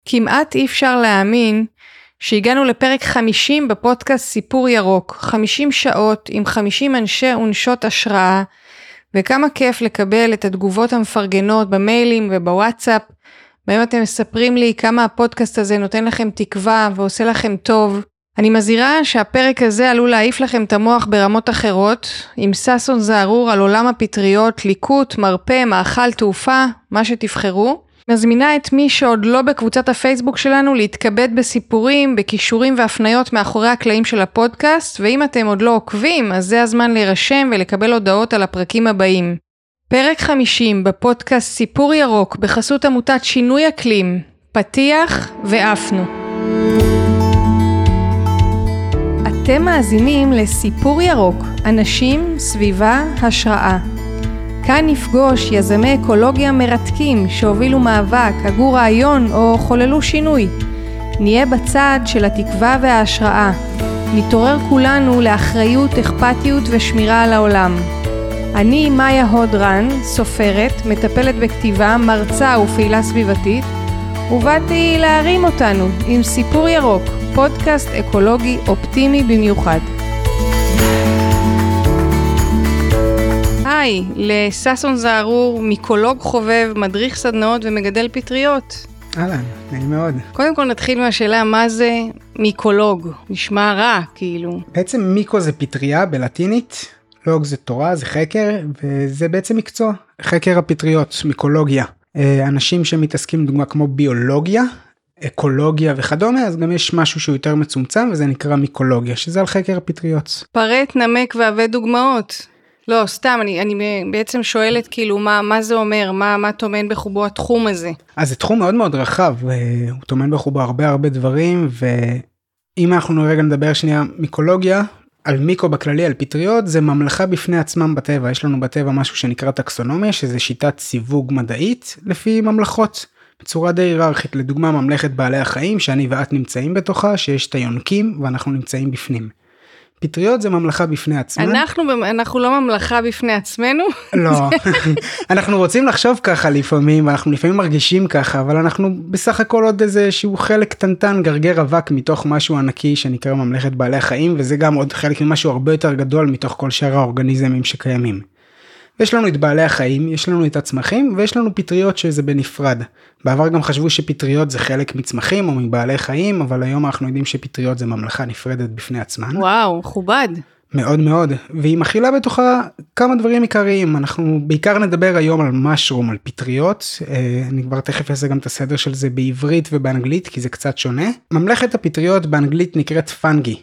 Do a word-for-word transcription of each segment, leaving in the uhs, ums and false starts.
כמעט אי אפשר להאמין שהגענו לפרק חמישים בפודקאסט סיפור ירוק, חמישים שעות עם חמישים אנשי ונשות השראה, וכמה כיף לקבל את התגובות המפרגנות במיילים ובוואטסאפ, בהם אתם מספרים לי כמה הפודקאסט הזה נותן לכם תקווה ועושה לכם טוב. אני מזהירה שהפרק הזה עלול להעיף לכם את המוח ברמות אחרות, עם ששון זערור על עולם הפטריות, ליקוט, מרפא, מאכל, תעופה, מה שתבחרו. מזמינה את מי שעוד לא בקבוצת הפייסבוק שלנו להתכבד בסיפורים, בכישורים והפניות מאחורי הקלעים של הפודקאסט, ואם אתם עוד לא עוקבים, אז זה הזמן להירשם ולקבל הודעות על הפרקים הבאים. פרק חמישים בפודקאסט סיפור ירוק בחסות עמותת שינוי אקלים, פתיח ואפנו. אתם מאזינים לסיפור ירוק, אנשים, סביבה, השראה. כאן נפגוש יזמי אקולוגיה מרתקים שהובילו מאבק, הגו רעיון או חוללו שינוי. נהיה בצד של התקווה וההשראה. נתעורר כולנו לאחריות, אכפתיות ושמירה על העולם. אני מאיה הודרן, סופרת, מטפלת בכתיבה, מרצה ופעילה סביבתית, ובאתי להרים אותנו עם סיפור ירוק, פודקאסט אקולוגי אופטימי במיוחד. היי, לששון זערור, מיקולוג חובב, מדריך סדנאות ומגדל פטריות. אהלן, נעים מאוד. קודם כל נתחיל מהשאלה, מה זה מיקולוג? נשמע רע, כאילו. בעצם מיקו זה פטריה בלטינית, לוג זה תורה, זה חקר, וזה בעצם מקצוע, חקר הפטריות, מיקולוגיה. אנשים שמתעסקים דוגמה כמו ביולוגיה, אקולוגיה וכדומה, אז גם יש משהו שהוא יותר מצומצם, וזה נקרא מיקולוגיה, שזה על חקר הפטריות. פרט, נמק והבא דוגמאות. לא, סתם, אני, אני בעצם שואלת כאילו מה, מה זה אומר, מה, מה תומן בחובו התחום הזה. אז זה תחום מאוד מאוד רחב, הוא תומן בחובו הרבה הרבה דברים, ואם אנחנו רגע נדבר שנייה מיקולוגיה, על מיקו בכללי, על פטריות, זה ממלכה בפני עצמם בטבע. יש לנו בטבע משהו שנקרא טקסונומיה, שזה שיטת סיווג מדעית לפי ממלכות, בצורה די היררכית. לדוגמה, ממלכת בעלי החיים, שאני ואת נמצאים בתוכה, שיש את היונקים, ואנחנו נמצאים בפנים. פטריות זה ממלכה בפני עצמן. אנחנו, אנחנו לא ממלכה בפני עצמנו? לא, אנחנו רוצים לחשוב ככה לפעמים, אנחנו לפעמים מרגישים ככה, אבל אנחנו בסך הכל עוד איזה שהוא חלק קטנטן, גרגר אבק מתוך משהו ענקי שנקרא ממלכת בעלי החיים, וזה גם עוד חלק ממשהו הרבה יותר גדול מתוך כל שאר האורגניזמים שקיימים. יש לנו את בעלי החיים, יש לנו את הצמחים, ויש לנו פטריות שזה בנפרד. בעבר גם חשבו שפטריות זה חלק מצמחים או מבעלי חיים, אבל היום אנחנו יודעים שפטריות זה ממלכה נפרדת בפני עצמן. וואו, מכובד. מאוד מאוד, והיא מכילה בתוכה כמה דברים עיקריים. אנחנו בעיקר נדבר היום על משרום, על פטריות. אני כבר תכף אעשה גם את הסדר של זה בעברית ובאנגלית, כי זה קצת שונה. ממלכת הפטריות באנגלית נקראת פנגי.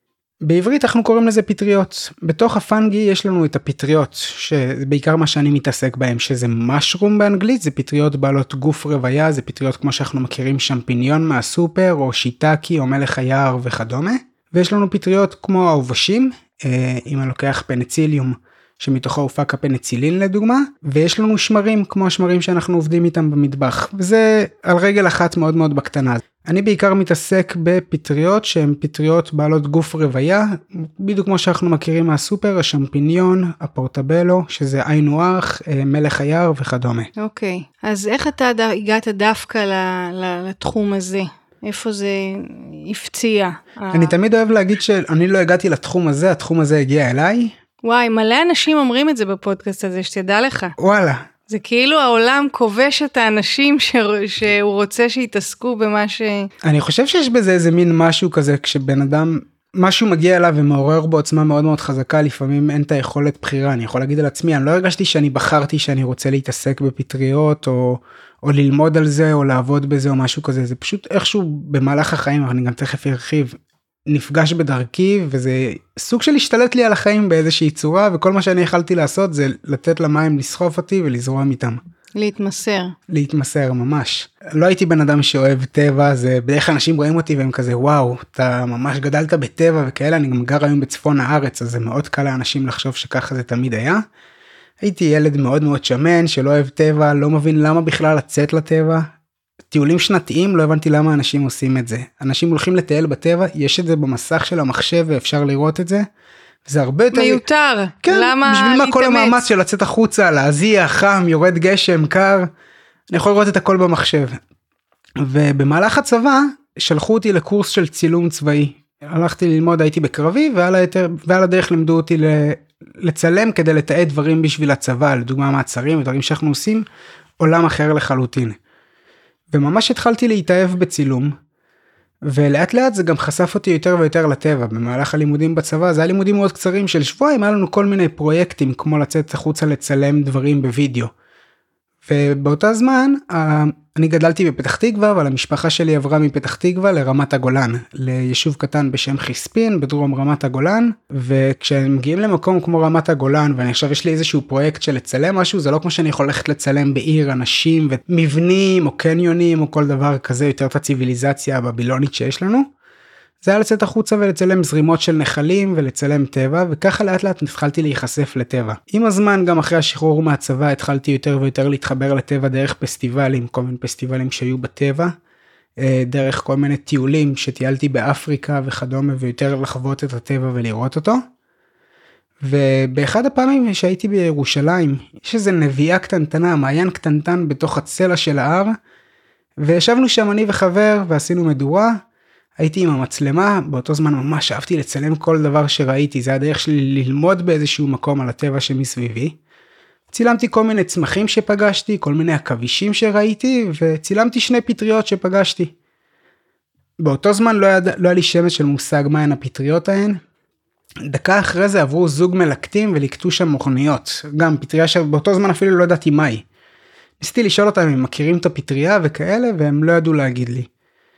בעברית אנחנו קוראים לזה פטריות. בתוך הפנגי יש לנו את הפטריות, שבעיקר מה שאני מתעסק בהם, שזה משרום באנגלית, זה פטריות בעלות גוף רוויה, זה פטריות כמו שאנחנו מכירים שמפיניון מהסופר, או שיטקי, או מלך היער וכדומה. ויש לנו פטריות כמו העובשים, אם אני לוקח פנציליום, שמתוכו הופק הפנצילין לדוגמה, ויש לנו שמרים כמו השמרים שאנחנו עובדים איתם במטבח, וזה על רגל אחת מאוד מאוד בקטנה. אני בעיקר מתעסק בפטריות שהן פטריות בעלות גוף רוויה, בדיוק כמו שאנחנו מכירים מהסופר, השמפיניון, הפורטבלו, שזה עין רוח, מלך היער וכדומה. אוקיי, אז איך אתה הגעת דווקא לתחום הזה? איפה זה הפציע? אני תמיד אוהב להגיד שאני לא הגעתי לתחום הזה, התחום הזה הגיע אליי. וואי, מלא אנשים אומרים את זה בפודקאסט הזה, שתדע לך. וואלה. זה כאילו העולם כובש את האנשים ש... שהוא רוצה שיתעסקו במה ש... אני חושב שיש בזה איזה מין משהו כזה, כשבן אדם, משהו מגיע אליו ומעורר בו עצמה מאוד מאוד חזקה, לפעמים אין את היכולת בחירה. אני יכול להגיד על עצמי, אני לא הרגשתי שאני בחרתי שאני רוצה להתעסק בפטריות, או, או ללמוד על זה, או לעבוד בזה, או משהו כזה. זה פשוט איכשהו במהלך החיים, אני גם תכף ארחיב, נפגש בדרכי, וזה סוג של השתלט לי על החיים באיזושהי צורה, וכל מה שאני יכלתי לעשות זה לתת למים לסחוף אותי ולזרום איתם. להתמסר. להתמסר, ממש. לא הייתי בן אדם שאוהב טבע, זה בדרך כלל אנשים רואים אותי והם כזה, וואו, אתה ממש גדלת בטבע וכאלה, אני גם גר היום בצפון הארץ, אז זה מאוד קל לאנשים לחשוב שככה זה תמיד היה. הייתי ילד מאוד מאוד שמן, שלא אוהב טבע, לא מבין למה בכלל לצאת לטבע. טיולים שנתיים, לא הבנתי למה אנשים עושים את זה. אנשים הולכים לטייל בטבע, יש את זה במסך של המחשב ואפשר לראות את זה. זה הרבה יותר... מיותר. כן, למה בשביל מה להתאמץ? כל המאמץ של לצאת החוצה, להזיע, חם, יורד גשם, קר. אני יכול לראות את הכל במחשב. ובמהלך הצבא שלחו אותי לקורס של צילום צבאי. הלכתי ללמוד, הייתי בקרבי, ועל, היתר, ועל הדרך לימדו אותי לצלם כדי לתעד דברים בשביל הצבא, לדוגמה מעצרים ודברים שאנחנו עושים, עולם אחר לחלוטין. וממש התחלתי להתאהב בצילום, ולאט לאט זה גם חשף אותי יותר ויותר לטבע. במהלך הלימודים בצבא, זה היה לימודים מאוד קצרים של שבועיים, היה לנו כל מיני פרויקטים, כמו לצאת החוצה לצלם דברים בווידאו. ובאותה זמן, אני גדלתי בפתח תקווה, אבל המשפחה שלי עברה מפתח תקווה לרמת הגולן, ליישוב קטן בשם חיספין, בדרום רמת הגולן, וכשהם מגיעים למקום כמו רמת הגולן, ואני עכשיו יש לי איזשהו פרויקט של לצלם משהו, זה לא כמו שאני יכול ללכת לצלם בעיר אנשים, ומבנים, או קניונים, או כל דבר כזה, יותר את הציביליזציה הבבילונית שיש לנו. זה היה לצאת החוצה ולצלם זרימות של נחלים ולצלם טבע, וככה לאט לאט התחלתי להיחשף לטבע. עם הזמן, גם אחרי השחרור מהצבא, התחלתי יותר ויותר להתחבר לטבע דרך פסטיבלים, כל מיני פסטיבלים שהיו בטבע, דרך כל מיני טיולים שטיילתי באפריקה וכדומה, ויותר לחוות את הטבע ולראות אותו. ובאחד הפעמים שהייתי בירושלים, יש איזו נביאה קטנטנה, מעיין קטנטן בתוך הצלע של ההר, וישבנו שם אני וחבר ועשינו מדורה, הייתי עם המצלמה, באותו זמן ממש אהבתי לצלם כל דבר שראיתי, זה הדרך שלי ללמוד באיזשהו מקום על הטבע שמסביבי. צילמתי כל מיני צמחים שפגשתי, כל מיני עכבישים שראיתי, וצילמתי שני פטריות שפגשתי. באותו זמן לא היה, לא היה לי שמץ של מושג מה הן הפטריות ההן. דקה אחרי זה עברו זוג מלקטים ולקטו שם מכוניות, גם פטריה שבאותו זמן אפילו לא ידעתי מהי. ניסיתי לשאול אותם אם הם מכירים את הפטריה וכאלה, והם לא ידעו להגיד לי.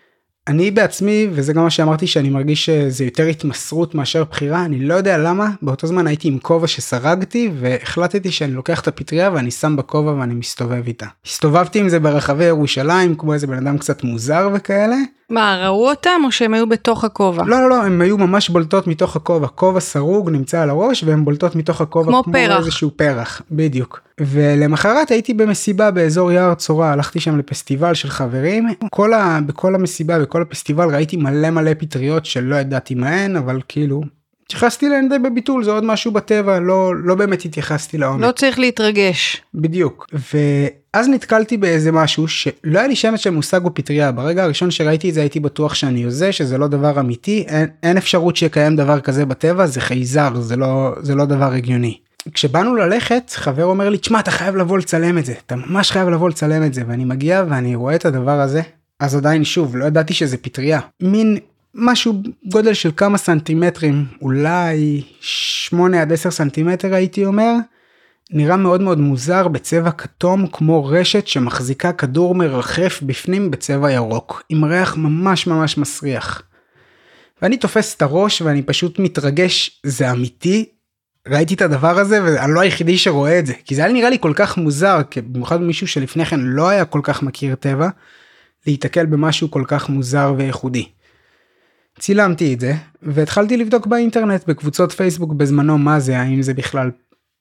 אני בעצמי, וזה גם מה שאמרתי שאני מרגיש שזה יותר התמסרות מאשר בחירה, אני לא יודע למה, באותו זמן הייתי עם כובע שסרגתי, והחלטתי שאני לוקח את הפטריה ואני שם בכובע ואני מסתובב איתה. הסתובבתי עם זה ברחבי ירושלים, כמו איזה בן אדם קצת מוזר וכאלה. מה, ראו אותם או שהם היו בתוך הכובע? לא, לא, לא, הם היו ממש בולטות מתוך הכובע. כובע סרוג נמצא על הראש, והם בולטות מתוך הכובע כמו, כמו פרח. איזשהו פרח, בדיוק. ולמחרת הייתי במסיבה באזור יער צורה, הלכתי שם לפסטיבל של חברים. כל ה... בכל המסיבה, בכל הפסטיבל ראיתי מלא מלא פטריות שלא ידעתי מהן, אבל כאילו, התייחסתי להן די בביטול, זה עוד משהו בטבע, לא, לא באמת התייחסתי לעומק. לא צריך להתרגש. בדיוק. ואז נתקלתי באיזה משהו שלא היה לי שמץ של מושג בפטריה. ברגע הראשון שראיתי את זה הייתי בטוח שאני יוזה, שזה לא דבר אמיתי, אין, אין אפשרות שיקיים דבר כזה בטבע, זה חייזר, זה לא, זה לא דבר הגיוני. כשבאנו ללכת, חבר אומר לי, תשמע, אתה חייב לבוא לצלם את זה, אתה ממש חייב לבוא לצלם את זה, ואני מגיע ואני רואה את הדבר הזה, אז עדיין שוב, לא ידעתי שזה פטריה. מין משהו גודל של כמה סנטימטרים, אולי שמונה עד עשר סנטימטר הייתי אומר, נראה מאוד מאוד מוזר בצבע כתום כמו רשת שמחזיקה כדור מרחף בפנים בצבע ירוק, עם ריח ממש ממש מסריח. ואני תופס את הראש ואני פשוט מתרגש, זה אמיתי, ראיתי את הדבר הזה ואני לא היחידי שרואה את זה, כי זה היה נראה לי כל כך מוזר, במיוחד מישהו שלפני כן לא היה כל כך מכיר טבע, להתקל במשהו כל כך מוזר וייחודי. צילמתי את זה, והתחלתי לבדוק באינטרנט, בקבוצות פייסבוק בזמנו מה זה, האם זה בכלל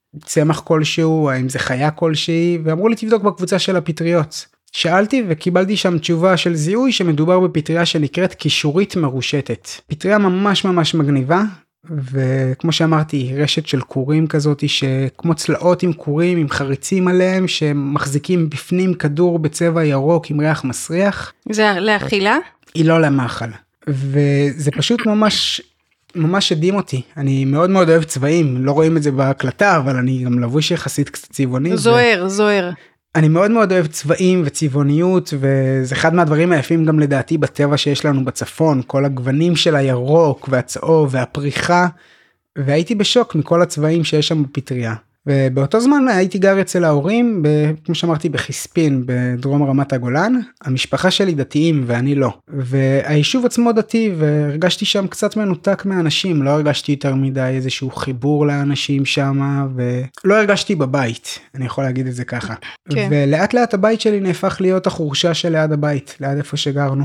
צמח כלשהו, האם זה חיה כלשהי, ואמרו לי תבדוק בקבוצה של הפטריות. שאלתי וקיבלתי שם תשובה של זיהוי שמדובר בפטריה שנקראת קישורית מרושטת. פטריה ממש ממש מגניבה, וכמו שאמרתי, רשת של קורים כזאת, שכמו צלעות עם קורים, עם חריצים עליהם, שמחזיקים בפנים כדור בצבע ירוק עם ריח מסריח. זה לאכילה? היא לא למאכל. וזה פשוט ממש, ממש הדהים אותי. אני מאוד מאוד אוהב צבעים, לא רואים את זה בהקלטה, אבל אני גם לבוש יחסית קצת צבעוני. זוהר, ו... זוהר. אני מאוד מאוד אוהב צבעים וצבעוניות, וזה אחד מהדברים היפים גם לדעתי בטבע שיש לנו בצפון, כל הגוונים של הירוק והצהוב והפריחה, והייתי בשוק מכל הצבעים שיש שם בפטריה. ובאותו זמן הייתי גר אצל ההורים, כמו שאמרתי, בחיספין, בדרום רמת הגולן. המשפחה שלי דתיים ואני לא. והיישוב עצמו דתי, והרגשתי שם קצת מנותק מהאנשים, לא הרגשתי יותר מדי איזשהו חיבור לאנשים שם, ולא הרגשתי בבית, אני יכול להגיד את זה ככה. כן. ולאט לאט הבית שלי נהפך להיות החורשה של ליד הבית, ליד איפה שגרנו.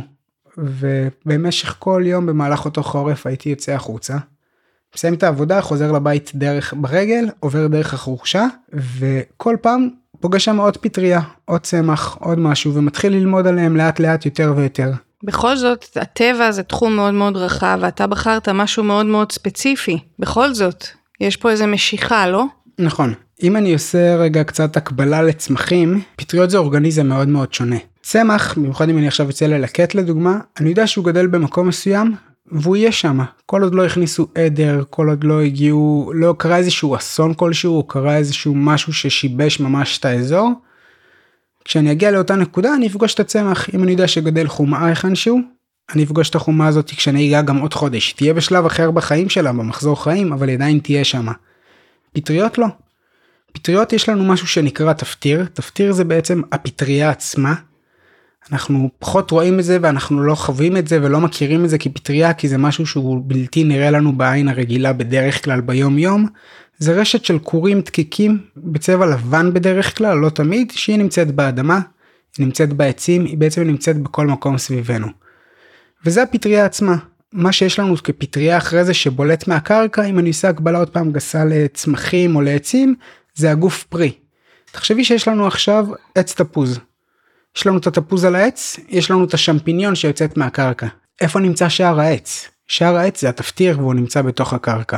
ובמשך כל יום במהלך אותו חורף הייתי יוצא החוצה. מסיים את העבודה, חוזר לבית דרך ברגל, עובר דרך החורשה, וכל פעם פוגש שם עוד פטריה, עוד צמח, עוד משהו, ומתחיל ללמוד עליהם לאט לאט יותר ויותר. בכל זאת, הטבע זה תחום מאוד מאוד רחב, ואתה בחרת משהו מאוד מאוד ספציפי. בכל זאת, יש פה איזה משיכה, לא? נכון. אם אני עושה רגע קצת הקבלה לצמחים, פטריות זה אורגניזם מאוד מאוד שונה. צמח, במיוחד אם אני עכשיו יוצא ללקט לדוגמה, אני יודע שהוא גדל במקום מסוים, והוא יהיה שם. כל עוד לא הכניסו עדר, כל עוד לא הגיעו, לא קרה איזשהו אסון כלשהו, או קרה איזשהו משהו ששיבש ממש את האזור. כשאני אגיע לאותה נקודה, אני אפגוש את הצמח. אם אני יודע שגדל חומה איכשהו, אני אפגוש את החומה הזאת כשאני אגע גם עוד חודש. תהיה בשלב אחר בחיים שלה, במחזור חיים, אבל עדיין תהיה שם. פטריות לא. פטריות יש לנו משהו שנקרא תפטיר. תפטיר זה בעצם הפטריה עצמה. אנחנו פחות רואים את זה ואנחנו לא חווים את זה ולא מכירים את זה כפטריה, כי זה משהו שהוא בלתי נראה לנו בעין הרגילה בדרך כלל ביום יום. זה רשת של קורים דקיקים בצבע לבן בדרך כלל, לא תמיד, שהיא נמצאת באדמה, היא נמצאת בעצים, היא בעצם נמצאת בכל מקום סביבנו. וזה הפטריה עצמה. מה שיש לנו כפטריה אחרי זה שבולט מהקרקע, אם אני עושה הקבלה עוד פעם גסה לצמחים או לעצים, זה הגוף פרי. תחשבי שיש לנו עכשיו עץ תפוז. יש לנו את התפוז על העץ, יש לנו את השמפיניון שיוצאת מהקרקע. איפה נמצא שער העץ? שער העץ זה התפטיר והוא נמצא בתוך הקרקע.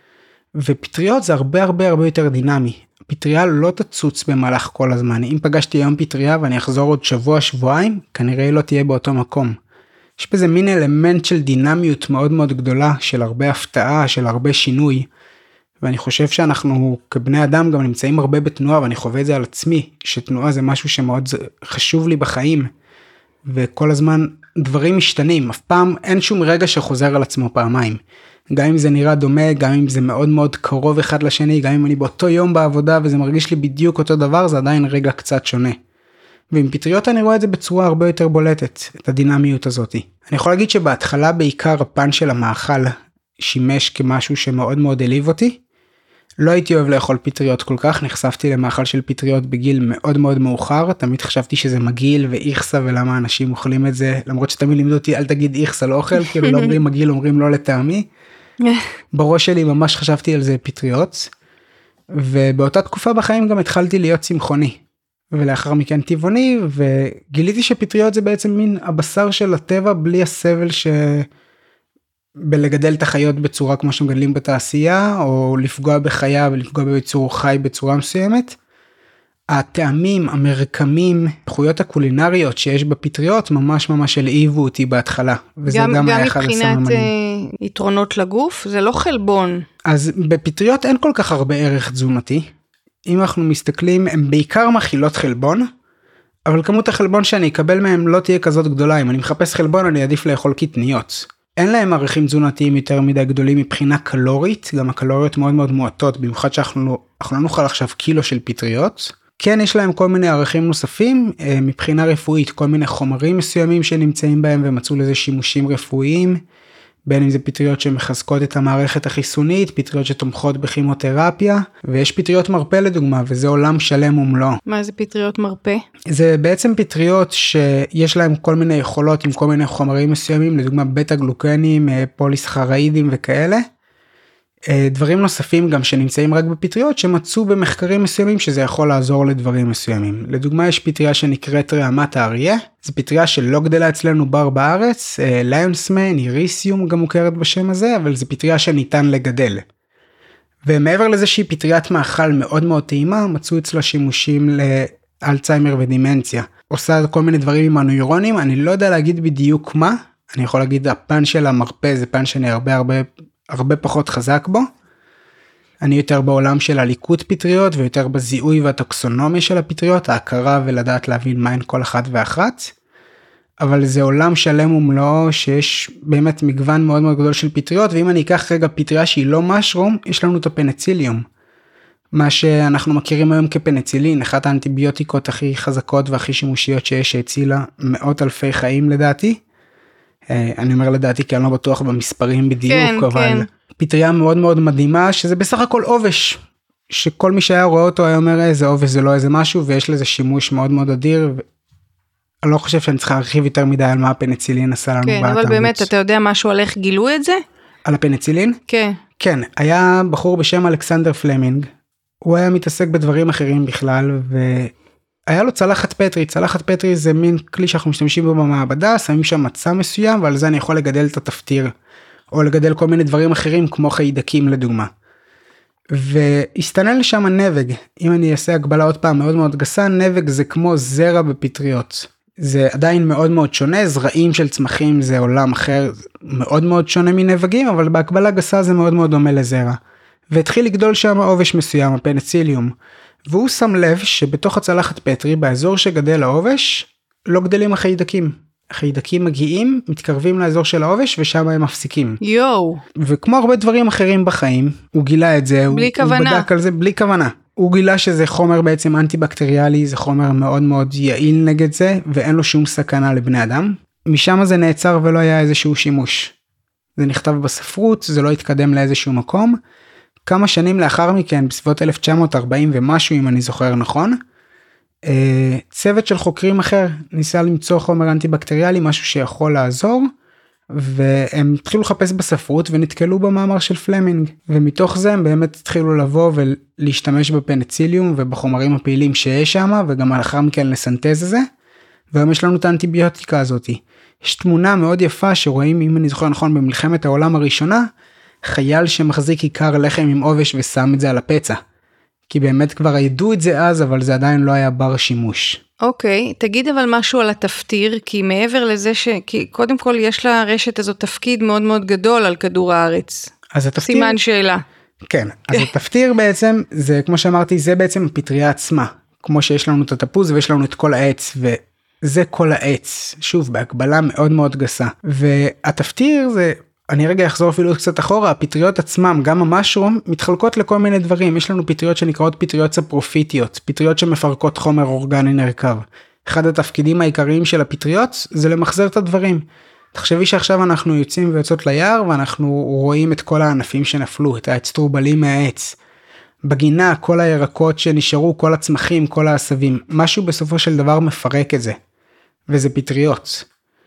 ופטריות זה הרבה הרבה הרבה יותר דינמי. פטריה לא תצוץ במהלך כל הזמן. אם פגשתי היום פטריה ואני אחזור עוד שבוע, שבועיים, כנראה לא תהיה באותו מקום. יש בזה מין אלמנט של דינמיות מאוד מאוד גדולה, של הרבה הפתעה, של הרבה שינוי. ואני חושב שאנחנו כבני אדם גם נמצאים הרבה בתנועה, ואני חווה את זה על עצמי, שתנועה זה משהו שמאוד חשוב לי בחיים, וכל הזמן דברים משתנים, אף פעם אין שום רגע שחוזר על עצמו פעמיים. גם אם זה נראה דומה, גם אם זה מאוד מאוד קרוב אחד לשני, גם אם אני באותו יום בעבודה וזה מרגיש לי בדיוק אותו דבר, זה עדיין רגע קצת שונה. ועם פטריות אני רואה את זה בצורה הרבה יותר בולטת, את הדינמיות הזאת. אני יכול להגיד שבהתחלה בעיקר הפן של המאכל שימש כמשהו שמאוד מאוד אליב אותי. לא הייתי אוהב לאכול פטריות כל כך, נחשפתי למאכל של פטריות בגיל מאוד מאוד מאוחר, תמיד חשבתי שזה מגעיל ואיכסה ולמה אנשים אוכלים את זה, למרות שתמיד לימדו אותי אל תגיד איכסה לא אוכל, כאילו לא אומרים מגעיל, אומרים לא לטעמי. בראש שלי ממש חשבתי על זה פטריות, ובאותה תקופה בחיים גם התחלתי להיות צמחוני, ולאחר מכן טבעוני, וגיליתי שפטריות זה בעצם מין הבשר של הטבע בלי הסבל ש... בלגדל את החיות בצורה כמו שמגדלים בתעשייה, או לפגוע בחיה ולפגוע ביצור חי בצורה מסוימת. הטעמים, המרקמים, איכויות הקולינריות שיש בפטריות ממש ממש הלהיבו אותי בהתחלה. וזה גם, גם, גם מבחינת הסממנים. יתרונות לגוף, זה לא חלבון. אז בפטריות אין כל כך הרבה ערך תזונתי. אם אנחנו מסתכלים, הן בעיקר מכילות חלבון, אבל כמות החלבון שאני אקבל מהם לא תהיה כזאת גדולה. אם אני מחפש חלבון, אני עדיף לאכול קטניות. אין להם ערכים תזונתיים יותר מדי גדולים מבחינה קלורית, גם הקלוריות מאוד מאוד מועטות, במיוחד שאנחנו לא נוכל עכשיו קילו של פטריות. כן, יש להם כל מיני ערכים נוספים, מבחינה רפואית, כל מיני חומרים מסוימים שנמצאים בהם ומצאו לזה שימושים רפואיים, בין אם זה פטריות שמחזקות את המערכת החיסונית, פטריות שתומכות בכימותרפיה, ויש פטריות מרפא לדוגמה, וזה עולם שלם ומלוא. מה זה פטריות מרפא? זה בעצם פטריות שיש להם כל מיני יכולות עם כל מיני חומרים מסוימים, לדוגמה בטא גלוקנים, פוליסחראידים וכאלה. דברים נוספים גם שנמצאים רק בפטריות, שמצאו במחקרים מסוימים שזה יכול לעזור לדברים מסוימים. לדוגמה יש פטריה שנקראת רעמת האריה, זו פטריה שלא גדלה אצלנו בר בארץ, ליונסמן, איריסיום גם מוכרת בשם הזה, אבל זו פטריה שניתן לגדל. ומעבר לזה שהיא פטריית מאכל מאוד מאוד טעימה, מצאו אצלה שימושים לאלצהיימר ודימנציה. עושה כל מיני דברים עם הנוירונים, אני לא יודע להגיד בדיוק מה, אני יכול להגיד הפן של המרפא זה פן שאני הרבה הרבה הרבה פחות חזק בו. אני יותר בעולם של הליקוט פטריות, ויותר בזיהוי והטוקסונומיה של הפטריות, ההכרה ולדעת להבין מהן כל אחת ואחת. אבל זה עולם שלם ומלוא, שיש באמת מגוון מאוד מאוד גדול של פטריות, ואם אני אקח רגע פטריה שהיא לא משרום, יש לנו את הפנציליום. מה שאנחנו מכירים היום כפנצילין, אחת האנטיביוטיקות הכי חזקות והכי שימושיות שיש, שהצילה מאות אלפי חיים לדעתי. אני אומר לדעתי כי אני לא בטוח במספרים בדיוק, כן, אבל כן. פטריה מאוד מאוד מדהימה, שזה בסך הכל עובש, שכל מי שהיה רואה אותו היה אומר איזה עובש זה לא איזה משהו, ויש לזה שימוש מאוד מאוד אדיר, אני לא חושב שאני צריכה להרחיב יותר מדי על מה הפנצילין עשה לנו. כן, אבל באמת אתה יודע משהו על איך גילו את זה? על הפנצילין? כן. כן, היה בחור בשם אלכסנדר פלמינג, הוא היה מתעסק בדברים אחרים בכלל, ו... היה לו צלחת פטרי, צלחת פטרי זה מין כלי שאנחנו משתמשים בו במעבדה, שמים שם מצע מסוים, ועל זה אני יכול לגדל את התפטיר, או לגדל כל מיני דברים אחרים, כמו חיידקים לדוגמה. והסתנן לשם נבג. אם אני אעשה הגבלה עוד פעם מאוד מאוד גסה, נבג זה כמו זרע בפטריות. זה עדיין מאוד מאוד שונה, זרעים של צמחים זה עולם אחר, מאוד מאוד שונה מנבגים, אבל בהקבלה גסה זה מאוד מאוד דומה לזרע. והתחיל לגדול שם עובש מסוים, הפניציליום. והוא שם לב שבתוך הצלחת פטרי, באזור שגדל העובש, לא גדלים החיידקים. החיידקים מגיעים, מתקרבים לאזור של העובש, ושם הם מפסיקים. יואו. וכמו הרבה דברים אחרים בחיים, הוא גילה את זה, בלי הוא, כוונה. הוא בדק על זה בלי כוונה. הוא גילה שזה חומר בעצם אנטי-בקטריאלי, זה חומר מאוד מאוד יעיל נגד זה, ואין לו שום סכנה לבני אדם. משם זה נעצר ולא היה איזשהו שימוש. זה נכתב בספרות, זה לא התקדם לאיזשהו מקום. כמה שנים לאחר מכן, בסביבות אלף תשע מאות ארבעים ומשהו, אם אני זוכר נכון, צוות של חוקרים אחר ניסה למצוא חומר אנטי-בקטריאלי, משהו שיכול לעזור, והם התחילו לחפש בספרות ונתקלו במאמר של פלמינג, ומתוך זה הם באמת התחילו לבוא ולהשתמש בפניציליום ובחומרים הפעילים שיש שם, וגם לאחר מכן לסנטז הזה, והיום יש לנו את האנטיביוטיקה הזאת. יש תמונה מאוד יפה שרואים, אם אני זוכר נכון, במלחמת העולם הראשונה, חייל שמחזיק עיקר לחם עם עובש ושם את זה על הפצע. כי באמת כבר ידעו את זה אז, אבל זה עדיין לא היה בר שימוש. אוקיי, okay, תגיד אבל משהו על התפטיר, כי מעבר לזה ש... כי קודם כל יש לרשת הזאת תפקיד מאוד מאוד גדול על כדור הארץ. אז התפטיר... סימן שאלה. כן, אז התפטיר בעצם, זה כמו שאמרתי, זה בעצם הפטריה עצמה. כמו שיש לנו את התפוז ויש לנו את כל העץ, וזה כל העץ. שוב, בהקבלה מאוד מאוד גסה. והתפטיר זה... אני רגע אחזור אפילו קצת אחורה, הפטריות עצמם, גם המשרום, מתחלקות לכל מיני דברים. יש לנו פטריות שנקראות פטריות ספרופיטיות, פטריות שמפרקות חומר אורגני נרקב. אחד התפקידים העיקריים של הפטריות זה למחזר את הדברים. תחשבי שעכשיו אנחנו יוצאים ויוצאות ליער, ואנחנו רואים את כל הענפים שנפלו, את האצטרובלים מהעץ. בגינה, כל הירקות שנשארו, כל הצמחים, כל העשבים. משהו בסופו של דבר מפרק את זה. וזה פטריות.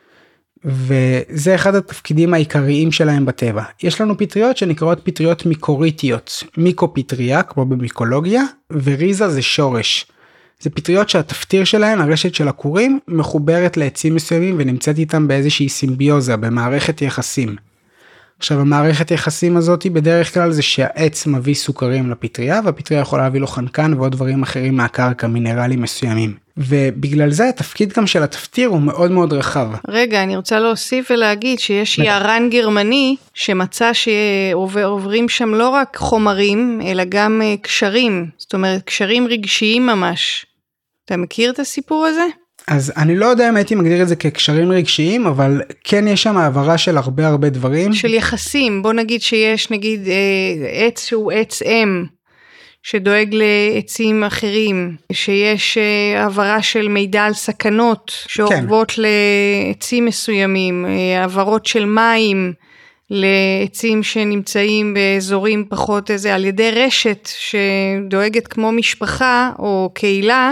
וזה אחד התפקידים העיקריים שלהם בטבע. יש לנו פטריות שנקראות פטריות מיקוריטיות, מיקופטריה כמו במיקולוגיה, וריזה זה שורש. זה פטריות שהתפטיר שלהן, הרשת של הכורים, מחוברת לעצים מסוימים ונמצאת איתם באיזושהי סימביוזה, במערכת יחסים. עכשיו המערכת יחסים הזאת היא בדרך כלל זה שהעץ מביא סוכרים לפטריה, והפטריה יכולה להביא לו חנקן ועוד דברים אחרים מהקרקע, מינרלים מסוימים. ובגלל זה התפקיד גם של התפטיר הוא מאוד מאוד רחב. רגע, אני רוצה להוסיף ולהגיד שיש יערן גרמני שמצא שעוברים שם לא רק חומרים, אלא גם קשרים, זאת אומרת קשרים רגשיים ממש. אתה מכיר את הסיפור הזה? אז אני לא יודע אם הייתי מגדיר את זה כקשרים רגשיים, אבל כן יש שם העברה של הרבה הרבה דברים. של יחסים, בוא נגיד שיש נגיד עץ שהוא עץ אם, שדואג לעצים אחרים, שיש העברה של מידע על סכנות, שעוברות כן. לעצים מסוימים, העברות של מים, לעצים שנמצאים באזורים פחות איזה, על ידי רשת שדואגת כמו משפחה או קהילה,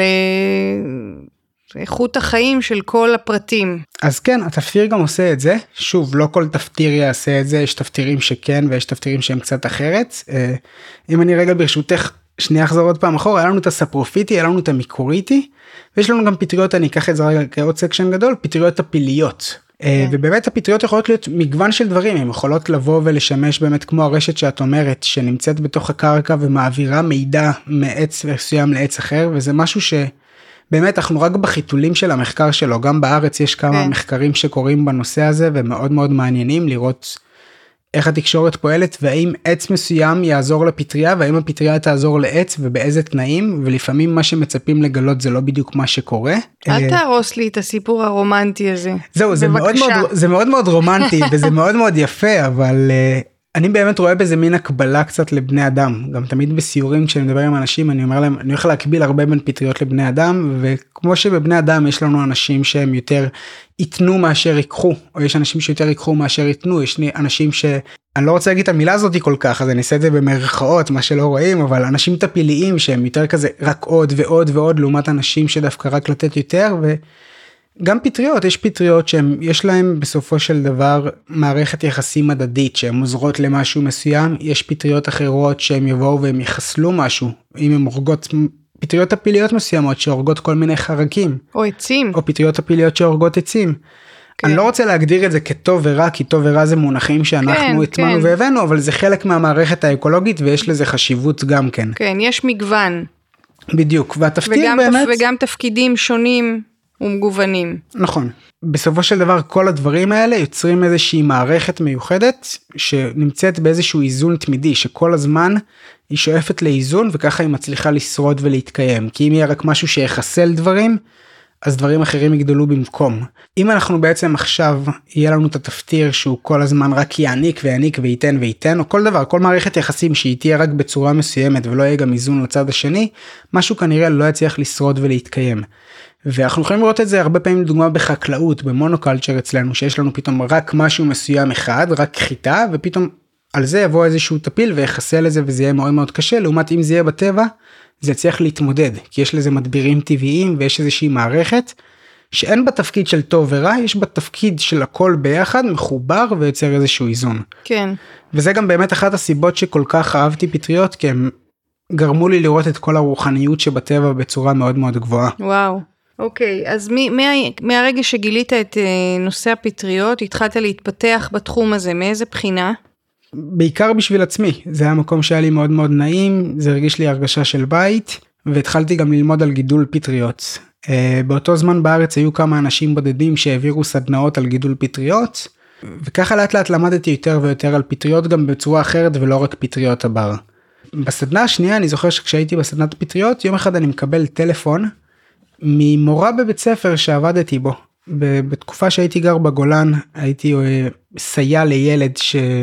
לאיכות החיים של כל הפרטים. אז כן, התפטיר גם עושה את זה. שוב, לא כל תפטיר יעשה את זה, יש תפטירים שכן ויש תפטירים שהם קצת אחרת. אם אני רגע ברשותך, שנייה אחזור עוד פעם אחורה, היה לנו את הספרופיטי, היה לנו את המיקוריטי, ויש לנו גם פטריות, אני אקח את זה רגע כעוד סקשן גדול, פטריות הפיליות. ובאמת הפטריות יכולות להיות מגוון של דברים, הן יכולות לבוא ולשמש באמת כמו הרשת שאת אומרת, שנמצאת בתוך הקרקע ומעבירה מידע מעץ מסוים לעץ אחר, וזה משהו שבאמת אנחנו רק בחיתולים של המחקר שלו, גם בארץ יש כמה מחקרים שקורים בנושא הזה, ומאוד מאוד מעניינים לראות איך התקשורת פועלת, והאם עץ מסוים יעזור לפטריה, והאם הפטריה תעזור לעץ, ובאיזה תנאים, ולפעמים מה שמצפים לגלות זה לא בדיוק מה שקורה. אל תהרוס לי את הסיפור הרומנטי הזה. זהו, זה מאוד מאוד, זה מאוד מאוד רומנטי, וזה מאוד מאוד יפה, אבל אני באמת רואה בזה מין הקבלה קצת לבני אדם. גם תמיד בסיורים כשאני מדבר עם אנשים, אני אומר להם, אני הולך להקביל הרבה בין פטריות לבני אדם, וכמו שבבני אדם יש לנו אנשים שהם יותר יתנו מאשר יקחו, או יש אנשים שיותר יקחו מאשר יתנו, יש אנשים ש... אני לא רוצה להגיד את המילה הזאת כל כך, אז אני אעשה את זה במרכאות, מה שלא רואים, אבל אנשים טפיליים שהם יותר כזה רק עוד ועוד ועוד, לעומת אנשים שדווקא רק לתת יותר, וגם פטריות, יש פטריות שהם, יש להם בסופו של דבר מערכת יחסים מדדית, שהן עוזרות למשהו מסוים, יש פטריות אחרות שהם יבואו והם יחסלו משהו, אם הם הורגות... פטריות הפיליות מסוימות שהורגות כל מיני חרקים. או עצים. או פטריות הפיליות שהורגות עצים. כן. אני לא רוצה להגדיר את זה כטוב ורע, כי טוב ורע זה מונחים שאנחנו כן, התמנו כן. והבאנו, אבל זה חלק מהמערכת האקולוגית ויש לזה חשיבות גם כן. כן, יש מגוון. בדיוק, והתפקיד וגם, באמת... תפ... וגם תפקידים שונים ומגוונים. נכון. בסופו של דבר כל הדברים האלה יוצרים איזושהי מערכת מיוחדת שנמצאת באיזשהו איזון תמידי, שכל הזמן היא שואפת לאיזון וככה היא מצליחה לשרוד ולהתקיים. כי אם יהיה רק משהו שיחסל דברים, אז דברים אחרים יגדלו במקום. אם אנחנו בעצם עכשיו יהיה לנו את התפטיר שהוא כל הזמן רק יעניק ויעניק וייתן וייתן, או כל דבר, כל מערכת יחסים שהיא תהיה רק בצורה מסוימת ולא יהיה גם איזון לצד השני, משהו כנראה לא יצליח לשרוד ולהתקיים. ואנחנו יכולים לראות את זה הרבה פעמים לדוגמה בחקלאות, במונוקלצ'ר אצלנו, שיש לנו פתאום רק משהו מסוים אחד, רק חיטה, ופתאום על זה יבוא איזשהו טפיל ויחסל את זה וזה יהיה מאוד מאוד קשה, לעומת אם זה יהיה בטבע, זה צריך להתמודד, כי יש לזה מדבירים טבעיים ויש איזושהי מערכת, שאין בתפקיד של טוב ורע, יש בתפקיד של הכל ביחד, מחובר ויוצר איזשהו איזון. כן. וזה גם באמת אחת הסיבות שכל כך אהבתי פטריות, כי הם גרמו לי לראות את כל הרוחניות שבטבע בצורה מאוד מאוד גבוהה. וואו. אוקיי, אז מ- מה, מהרגע שגילית את uh, נושא הפטריות, התחלת להתפתח בתחום הזה, מאיזה בחינה? בעיקר בשביל עצמי, זה היה מקום שהיה לי מאוד מאוד נעים, זה הרגיש לי הרגשה של בית, והתחלתי גם ללמוד על גידול פטריות. Uh, באותו זמן בארץ היו כמה אנשים בודדים שהעבירו סדנאות על גידול פטריות, וככה לאט לאט למדתי יותר ויותר על פטריות גם בצורה אחרת ולא רק פטריות הבר. בסדנה השנייה אני זוכר שכשהייתי בסדנת פטריות, יום אחד אני מקבל טלפון, ממורה בבית ספר שעבדתי בו. בתקופה שהייתי גר בגולן, הייתי סייע לילד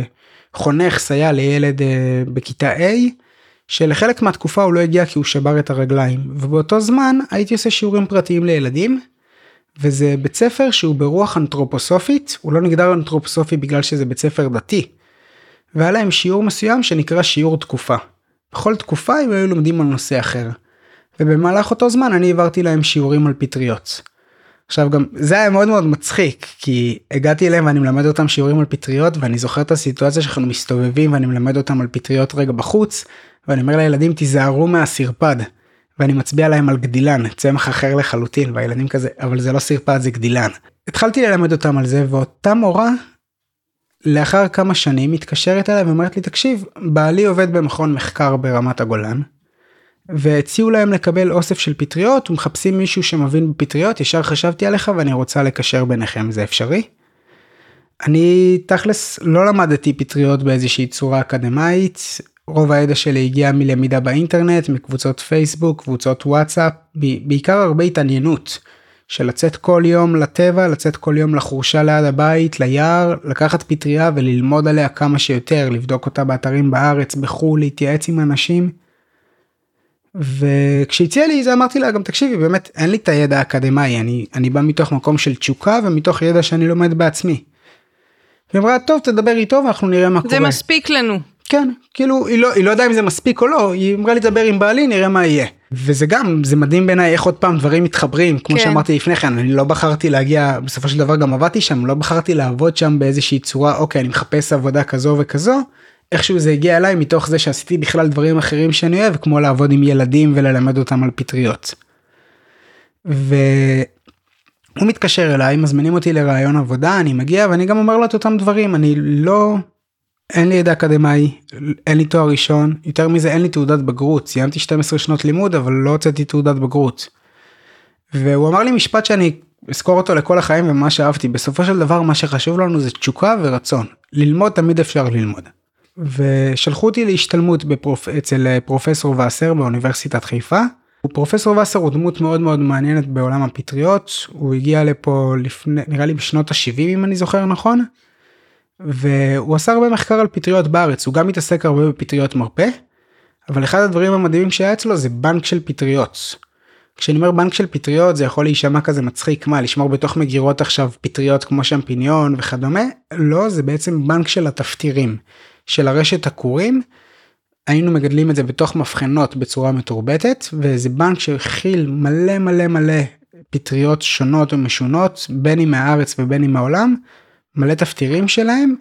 שחונך סייע לילד בכיתה A, שלחלק מהתקופה הוא לא הגיע כי הוא שבר את הרגליים. ובאותו זמן הייתי עושה שיעורים פרטיים לילדים, וזה בית ספר שהוא ברוח אנתרופוסופית, הוא לא נגדר אנתרופוסופי בגלל שזה בית ספר דתי. והיה להם שיעור מסוים שנקרא שיעור תקופה. בכל תקופה הם היו לומדים על נושא אחר. ובמהלך אותו זמן אני העברתי להם שיעורים על פטריות. עכשיו גם זה היה מאוד מאוד מצחיק, כי הגעתי אליהם ואני מלמד אותם שיעורים על פטריות, ואני זוכר את הסיטואציה שאנחנו מסתובבים ואני מלמד אותם על פטריות רגע בחוץ, ואני אומר לילדים תיזהרו מהסרפד, ואני מצביע להם על גדילן, צמח אחר לחלוטין, והילדים כזה, אבל זה לא סרפד, זה גדילן. התחלתי ללמד אותם על זה, ואותה מורה, לאחר כמה שנים, מתקשרת אליי ואומרת לי, תקשיב, בעלי עובד במכון מחקר ברמת הגולן, והציעו להם לקבל אוסף של פטריות, ומחפשים מישהו שמבין בפטריות, ישר חשבתי עליך ואני רוצה לקשר ביניכם, זה אפשרי? אני תכלס לא למדתי פטריות באיזושהי צורה אקדמאית, רוב הידע שלי הגיע מלמידה באינטרנט, מקבוצות פייסבוק, קבוצות וואטסאפ, בעיקר הרבה התעניינות, של לצאת כל יום לטבע, לצאת כל יום לחורשה ליד הבית, ליער, לקחת פטריה וללמוד עליה כמה שיותר, לבדוק אותה באתרים בארץ, בחול, להתייעץ עם אנשים, וכשהציע לי זה אמרתי לה גם תקשיבי באמת אין לי את הידע האקדמי, אני, אני בא מתוך מקום של תשוקה ומתוך ידע שאני לומד בעצמי. והיא אמרה טוב תדבר איתו ואנחנו נראה מה זה קורה. זה מספיק לנו. כן, כאילו היא לא, היא לא יודעה אם זה מספיק או לא, היא אמרה לי לדבר עם בעלי נראה מה יהיה. וזה גם, זה מדהים בעיניי איך עוד פעם דברים מתחברים, כמו כן. שאמרתי לפני כן, אני לא בחרתי להגיע, בסופו של דבר גם עבדתי שם, לא בחרתי לעבוד שם באיזושהי צורה, אוקיי אני מחפש עבודה כזו וכזו, איכשהו זה הגיע אליי מתוך זה שעשיתי בכלל דברים אחרים שאני אוהב, כמו לעבוד עם ילדים וללמד אותם על פטריות. והוא מתקשר אליי, מזמינים אותי לרעיון עבודה, אני מגיע ואני גם אומר לו את אותם דברים, אני לא, אין לי ידע אקדמי, אין לי תואר ראשון, יותר מזה אין לי תעודת בגרות, סיימתי שתים עשרה שנות לימוד, אבל לא הוצאתי תעודת בגרות. והוא אמר לי משפט שאני אזכור אותו לכל החיים ומה שאהבתי, בסופו של דבר מה שחשוב לנו זה תשוקה ורצון, ללמוד תמיד אפשר ללמוד. ושלחו אותי להשתלמות בפרופ... אצל פרופסור וסר באוניברסיטת חיפה. פרופסור וסר הוא דמות מאוד מאוד מעניינת בעולם הפטריות, הוא הגיע לפה לפני, נראה לי בשנות ה-שבעים אם אני זוכר נכון, והוא עשה הרבה מחקר על פטריות בארץ, הוא גם מתעסק הרבה בפטריות מרפא, אבל אחד הדברים המדהימים שהיה אצלו זה בנק של פטריות. כשאני אומר בנק של פטריות זה יכול להישמע כזה מצחיק, מה, לשמור בתוך מגירות עכשיו פטריות כמו שמפיניון וכדומה? לא, זה בעצם בנק של התפטירים. של הרשת הקורים, היינו מגדלים את זה בתוך מבחנות בצורה מתורבתת, וזה בנק שהכיל מלא מלא מלא פטריות שונות ומשונות, בין אם מהארץ ובין אם מהעולם, מלא תפטירים שלהם,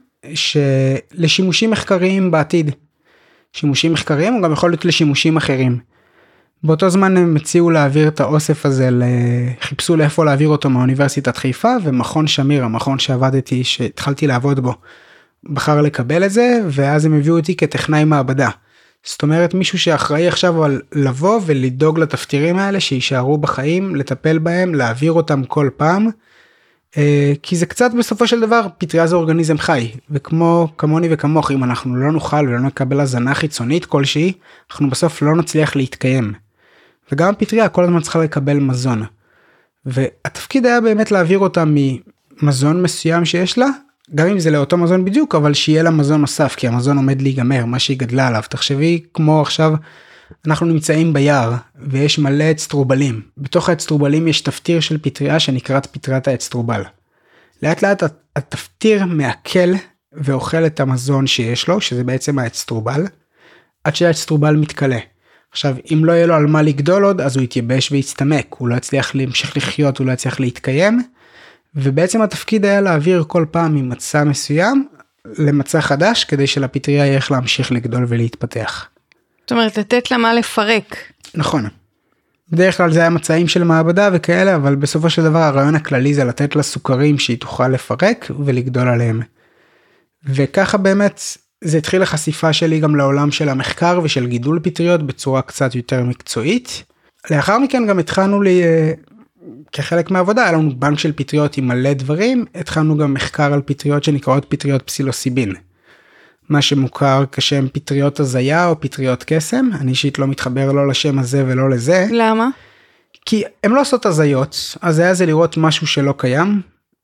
שלשימושים מחקריים בעתיד. שימושים מחקריים, הוא גם יכול להיות לשימושים אחרים. באותו זמן הם הציעו להעביר את האוסף הזה, חיפשו לאיפה להעביר אותו מאוניברסיטת חיפה, ומכון שמיר, המכון שעבדתי, שהתחלתי לעבוד בו, בחר לקבל את זה, ואז הם הביאו אותי כטכנאי מעבדה. זאת אומרת, מישהו שאחראי עכשיו על לבוא ולדאוג לתפטירים האלה, שישארו בחיים, לטפל בהם, להעביר אותם כל פעם, כי זה קצת בסופו של דבר, פטריה זה אורגניזם חי, וכמו כמוני וכמוך, אם אנחנו לא נוכל ולא נקבל הזנה חיצונית כלשהי, אנחנו בסוף לא נצליח להתקיים. וגם הפטריה כל הזמן צריכה לקבל מזון. והתפקיד היה באמת להעביר אותה ממזון מסוים שיש לה, גם אם זה לאותו מזון בדיוק, אבל שיהיה לה מזון נוסף, כי המזון עומד להיגמר, מה שהיא גדלה עליו. תחשבי כמו עכשיו, אנחנו נמצאים ביער, ויש מלא אצטרובלים. בתוך האצטרובלים יש תפטיר של פטריה שנקראת פטריית האצטרובל. לאט לאט התפטיר מעכל ואוכל את המזון שיש לו, שזה בעצם האצטרובל, עד שהאצטרובל מתקלה. עכשיו, אם לא יהיה לו על מה לגדול עוד, אז הוא יתייבש ויצטמק, הוא לא יצליח להמשיך לחיות, הוא לא יצליח להתקיים, ובעצם התפקיד היה להעביר כל פעם ממצע מסוים למצע חדש, כדי שלפטריה יהיה איך להמשיך לגדול ולהתפתח. זאת אומרת, לתת לה מה לפרק. נכון. בדרך כלל זה היה מצעים של מעבדה וכאלה, אבל בסופו של דבר הרעיון הכללי זה לתת לה סוכרים שהיא תוכל לפרק ולגדול עליהם. וככה באמת זה התחיל החשיפה שלי גם לעולם של המחקר ושל גידול פטריות בצורה קצת יותר מקצועית. לאחר מכן גם התחלנו לי, כחלק מהעבודה, היה לנו בנק של פטריות עם מלא דברים, התחלנו גם מחקר על פטריות שנקראות פטריות פסילוסיבין. מה שמוכר כשם פטריות הזיה או פטריות קסם, אני אישית לא מתחבר לא לשם הזה ולא לזה. למה? כי הן לא עושות הזיות, אז היה זה לראות משהו שלא קיים,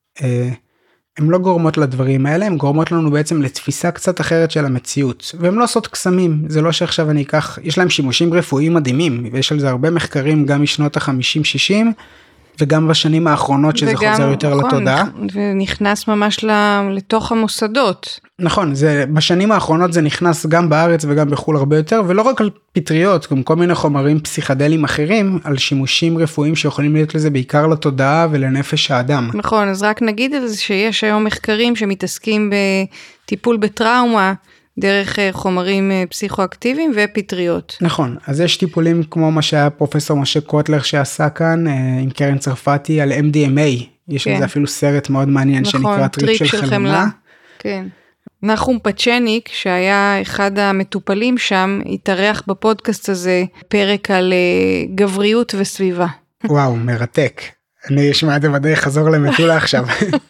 הן לא גורמות לדברים האלה, הן גורמות לנו בעצם לתפיסה קצת אחרת של המציאות, והן לא עושות קסמים, זה לא שעכשיו אני אקח, יש להם שימושים רפואיים מדהימים, ויש על זה הרבה מחקרים גם משנות ה-חמישים שישים, וגם בשנים האחרונות שזה וגם, חוזר יותר נכון, לתודעה. ונכנס ממש לתוך המוסדות. נכון, זה, בשנים האחרונות זה נכנס גם בארץ וגם בחול הרבה יותר, ולא רק על פטריות, גם כל מיני חומרים פסיכדליים אחרים, על שימושים רפואיים שיכולים להיות לזה בעיקר לתודעה ולנפש האדם. נכון, אז רק נגיד את זה שיש היום מחקרים שמתעסקים בטיפול בטראומה, דרך חומרים פסיכואקטיביים ופטריות. נכון, אז יש טיפולים כמו מה שהיה פרופסור משה קוטלר שעשה כאן, עם קרן צרפתי על אם די אם איי, יש לזה אפילו סרט מאוד מעניין נכון, שנקרא טריפ של, של חמלה. חמלה. כן. נחום פצ'ניק, שהיה אחד המטופלים שם, התארח בפודקאסט הזה פרק על גבריות וסביבה. וואו, מרתק. אני אשמע את זה בדרך חזור למטולה עכשיו.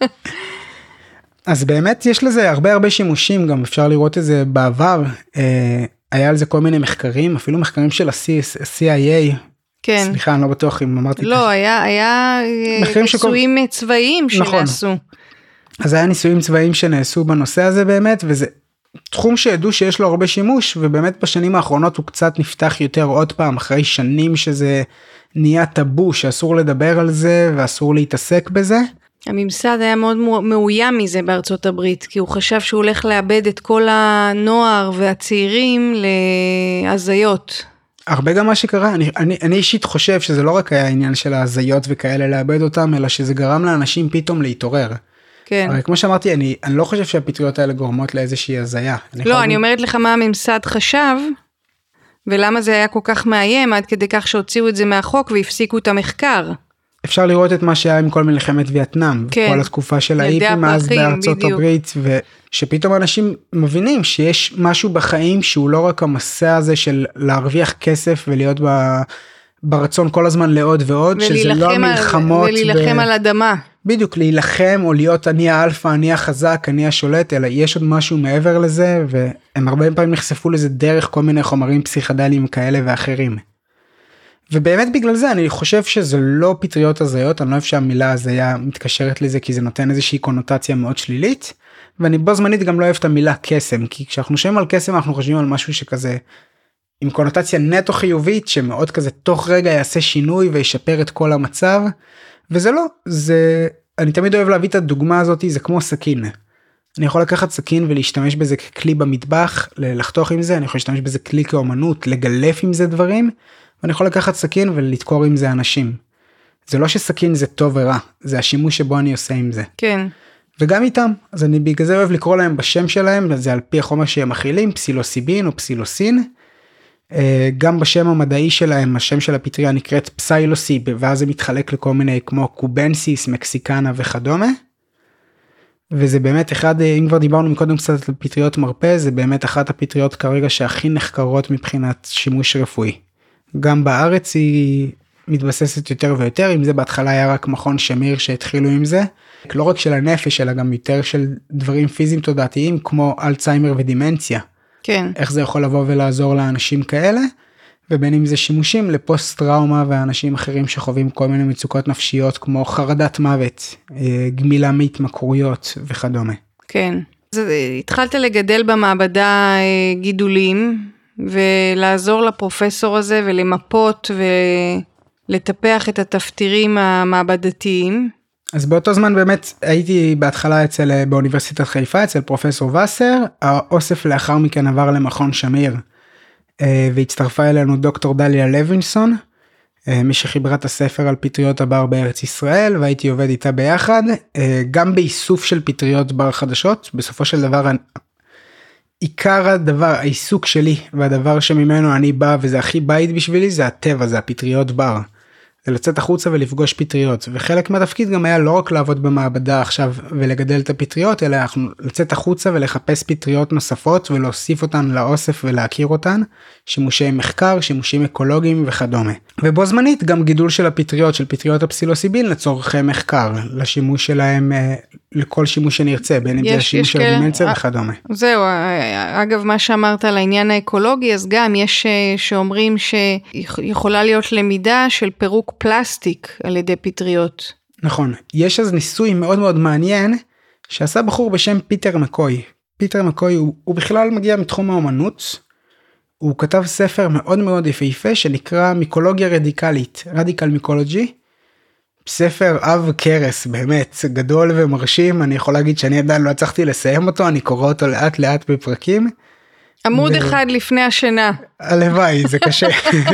אז באמת יש לזה הרבה הרבה שימושים, גם אפשר לראות את זה בעבר, אה, היה על זה כל מיני מחקרים, אפילו מחקרים של ה-סי איי איי, כן. סליחה, אני לא בטוח אם אמרתי. לא, היה, היה ניסויים שכל... צבאיים נכון. שנעשו. אז היה ניסויים צבאיים שנעשו בנושא הזה באמת, וזה תחום שידעו שיש לו הרבה שימוש, ובאמת בשנים האחרונות הוא קצת נפתח יותר עוד פעם, אחרי שנים שזה נהיה טאבו, שאסור לדבר על זה, ואסור להתעסק בזה. הממסד היה מאוד מאוים מזה בארצות הברית, כי הוא חשב שהוא הולך לאבד את כל הנוער והצעירים להזיות. הרבה גם מה שקרה, אני, אני, אני אישית חושב שזה לא רק היה העניין של ההזיות וכאלה לאבד אותם, אלא שזה גרם לאנשים פתאום להתעורר. כן. הרי כמו שאמרתי, אני, אני לא חושב שהפטריות האלה גורמות לאיזושהי הזיה. אני לא, אני אומרת לך מה הממסד חשב, ולמה זה היה כל כך מאיים, עד כדי כך שהוציאו את זה מהחוק והפסיקו את המחקר. אפשר לראות את מה שהיה עם כל מלחמת וייטנאם, כן. כל התקופה של האיפים אז בארצות בדיוק. הברית, ושפתאום אנשים מבינים שיש משהו בחיים שהוא לא רק המסע הזה של להרוויח כסף ולהיות ב... ברצון כל הזמן לעוד ועוד, שזה לא המלחמות. ולהילחם ב... על אדמה. בדיוק, להילחם או להיות אני האלפא, אני החזק, אני השולט, אלא יש עוד משהו מעבר לזה, והם הרבה פעמים נחשפו לזה דרך כל מיני חומרים פסיכדליים כאלה ואחרים. ובאמת בגלל זה אני חושב שזה לא פטריות הזיות, אני לא אוהב שהמילה הזיה מתקשרת לזה, כי זה נותן איזושהי קונוטציה מאוד שלילית, ואני בו זמנית גם לא אוהב את המילה קסם, כי כשאנחנו חושבים על קסם אנחנו חושבים על משהו שכזה, עם קונוטציה נטו חיובית, שמאוד כזה תוך רגע יעשה שינוי וישפר את כל המצב, וזה לא, זה, אני תמיד אוהב להביא את הדוגמה הזאת, זה כמו סכין. אני יכול לקחת סכין ולהשתמש בזה ככלי במטבח, לחתוך עם זה, אני יכול להשתמש בזה כלי כאומנות, לגלף עם זה דברים, ואני יכול לקחת סכין ולתקור עם זה אנשים. זה לא שסכין זה טוב ורע, זה השימוש שבו אני עושה עם זה. כן. וגם איתם, אז אני בגלל זה אוהב לקרוא להם בשם שלהם, זה על פי החומר שהם מכילים, פסילוסיבין או פסילוסין, גם בשם המדעי שלהם, השם של הפטריה נקראת פסיילוסיב, ואז זה מתחלק לכל מיני כמו קובנסיס, מקסיקנה וכדומה. וזה באמת אחד, אם כבר דיברנו מקודם קצת על פטריות מרפא, זה באמת אחת הפטריות כרגע שהכי נחקרות מבחינת שימוש רפואי. גם בארץ היא מתבססת יותר ויותר, אם זה בהתחלה היה רק מכון שמיר שהתחילו עם זה, לא רק של הנפש, אלא גם יותר של דברים פיזיים תודעתיים, כמו אלצהיימר ודימנציה. כן. איך זה יכול לבוא ולעזור לאנשים כאלה, ובין אם זה שימושים לפוסט טראומה, ואנשים אחרים שחווים כל מיני מצוקות נפשיות, כמו חרדת מוות, גמילה מהתמכרויות וכדומה. כן. אז התחלת לגדל במעבדה גידולים, ולעזור לפרופסור הזה, ולמפות ולטפח את התפטירים המעבדתיים. אז באותו זמן באמת הייתי בהתחלה אצל, באוניברסיטת חיפה, אצל פרופסור וסר, האוסף לאחר מכן עבר למכון שמיר, והצטרפה אלינו דוקטור דליה לוינסון, מי שחיברה את הספר על פטריות הבר בארץ ישראל, והייתי עובד איתה ביחד, גם באיסוף של פטריות בר חדשות. בסופו של דבר, עיקר הדבר, העיסוק שלי, והדבר שממנו אני בא, וזה הכי בית בשבילי, זה הטבע, זה הפטריות בר. זה לצאת החוצה ולפגוש פטריות, וחלק מהתפקיד גם היה לא רק לעבוד במעבדה עכשיו ולגדל את הפטריות, אלא לצאת החוצה ולחפש פטריות נוספות ולהוסיף אותן לאוסף ולהכיר אותן, שימושי מחקר, שימושים אקולוגיים וכדומה. ובו זמנית גם גידול של הפטריות, של פטריות הפסילוסיבין לצורכי מחקר, לשימוש שלהם, לכל שימוש שנרצה, בין אם זה השימוש של הדימנציה וכדומה. זהו, אגב מה שאמרת על העניין האקולוגי, אז גם יש שאומרים שיכולה להיות למידה של פירוק פלסטיק על ידי פטריות. נכון, יש אז ניסוי מאוד מאוד מעניין, שעשה בחור בשם פיטר מקוי. פיטר מקוי הוא, הוא בכלל מגיע מתחום האומנות, הוא כתב ספר מאוד מאוד יפהפה, שנקרא מיקולוגיה רדיקלית, רדיקל מיקולוגי, ספר אב קרס, באמת, גדול ומרשים, אני יכול להגיד שאני עדיין לא הצלחתי לסיים אותו, אני קורא אותו לאט לאט בפרקים. עמוד ו... אחד לפני השינה. הלוואי, זה קשה.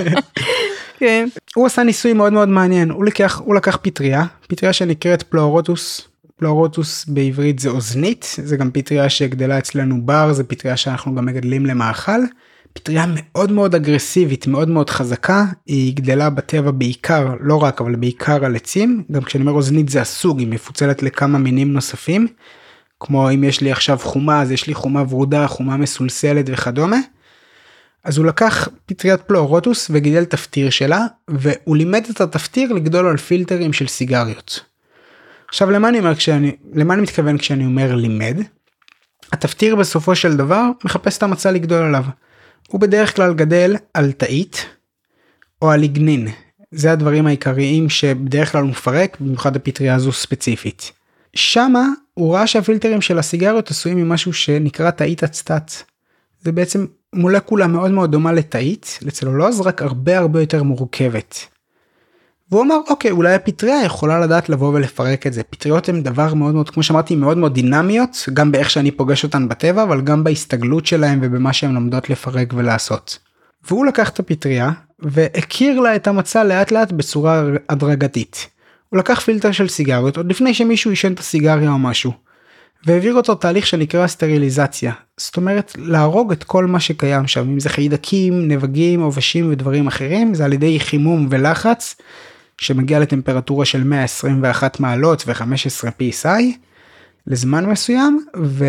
כן. הוא עשה ניסוי מאוד מאוד מעניין, הוא לקח, הוא לקח פטריה, פטריה שנקראת פלאורוטוס, פלאורוטוס בעברית זה אוזנית, זה גם פטריה שגדלה אצלנו בר, זה פטריה שאנחנו גם מגדלים למאכל, פטריה מאוד מאוד אגרסיבית, מאוד מאוד חזקה, היא גדלה בטבע בעיקר, לא רק, אבל בעיקר על עצים, גם כשאני אומר אוזנית זה הסוג, היא מפוצלת לכמה מינים נוספים, כמו אם יש לי עכשיו חומה, אז יש לי חומה ורודה, חומה מסולסלת וכדומה, אז הוא לקח פטריית פלאורוטוס וגידל תפטיר שלה, והוא לימד את התפטיר לגדול על פילטרים של סיגריות. עכשיו למה אני אומר כשאני, למה אני מתכוון כשאני אומר לימד? התפטיר בסופו של דבר מחפש את המצע לגדול עליו. הוא בדרך כלל גדל על תאית או על ליגנין. זה הדברים העיקריים שבדרך כלל הוא מפרק, במיוחד הפטריה הזו ספציפית. שמה הוא ראה שהפילטרים של הסיגריות עשויים ממשהו שנקרא תאית אצטט. זה בעצם מולקולה מאוד מאוד דומה לתאית, לצלולוז, רק הרבה הרבה יותר מורכבת. והוא אמר, אוקיי, אולי הפטריה יכולה לדעת לבוא ולפרק את זה. פטריות הן דבר מאוד מאוד, כמו שאמרתי, מאוד מאוד דינמיות, גם באיך שאני פוגש אותן בטבע, אבל גם בהסתגלות שלהן ובמה שהן לומדות לפרק ולעשות. והוא לקח את הפטריה, והכיר לה את המצע לאט לאט בצורה הדרגתית. הוא לקח פילטר של סיגריות, עוד לפני שמישהו ישן את הסיגריה או משהו, והעביר אותו תהליך שנקרא סטריליזציה. זאת אומרת, להרוג את כל מה שקיים שם, אם זה חיידקים, נבגים, עובשים ודברים אחרים, זה על ידי חימום ולחץ, שמגיע לטמפרטורה של מאה עשרים ואחת מעלות ו-חמש עשרה פי אס איי, לזמן מסוים,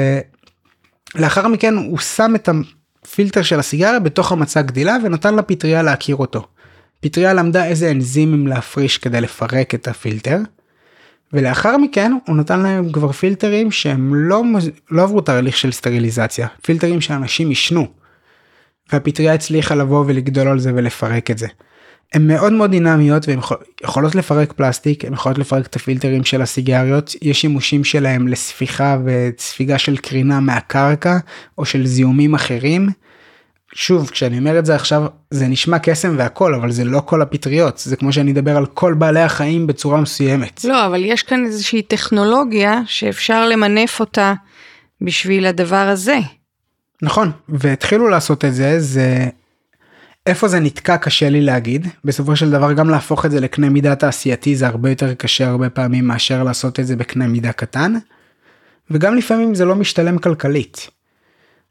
ולאחר מכן הוא שם את הפילטר של הסיגריה בתוך המצע גדילה, ונותן לפטריה להכיר אותו. פטריה למדה איזה אנזימים להפריש כדי לפרק את הפילטר, ולאחר מכן הוא נתן להם כבר פילטרים שהם לא, לא עברו תהליך של סטריליזציה, פילטרים שאנשים ישנו, והפטריה הצליחה לבוא ולגדול על זה ולפרק את זה. הן מאוד מאוד דינמיות והן יכולות לפרק פלסטיק, הן יכולות לפרק את הפילטרים של הסיגריות, יש שימושים שלהם לספיחה וספיגה של קרינה מהקרקע או של זיהומים אחרים. שוב, כשאני אומר את זה עכשיו, זה נשמע קסם והכל, אבל זה לא כל הפטריות, זה כמו שאני אדבר על כל בעלי החיים בצורה מסוימת. לא, אבל יש כאן איזושהי טכנולוגיה שאפשר למנף אותה בשביל הדבר הזה. נכון, והתחילו לעשות את זה, זה... איפה זה נתקע קשה לי להגיד, בסופו של דבר גם להפוך את זה לקנה מידה תעשייתי זה הרבה יותר קשה הרבה פעמים מאשר לעשות את זה בקנה מידה קטן, וגם לפעמים זה לא משתלם כלכלית.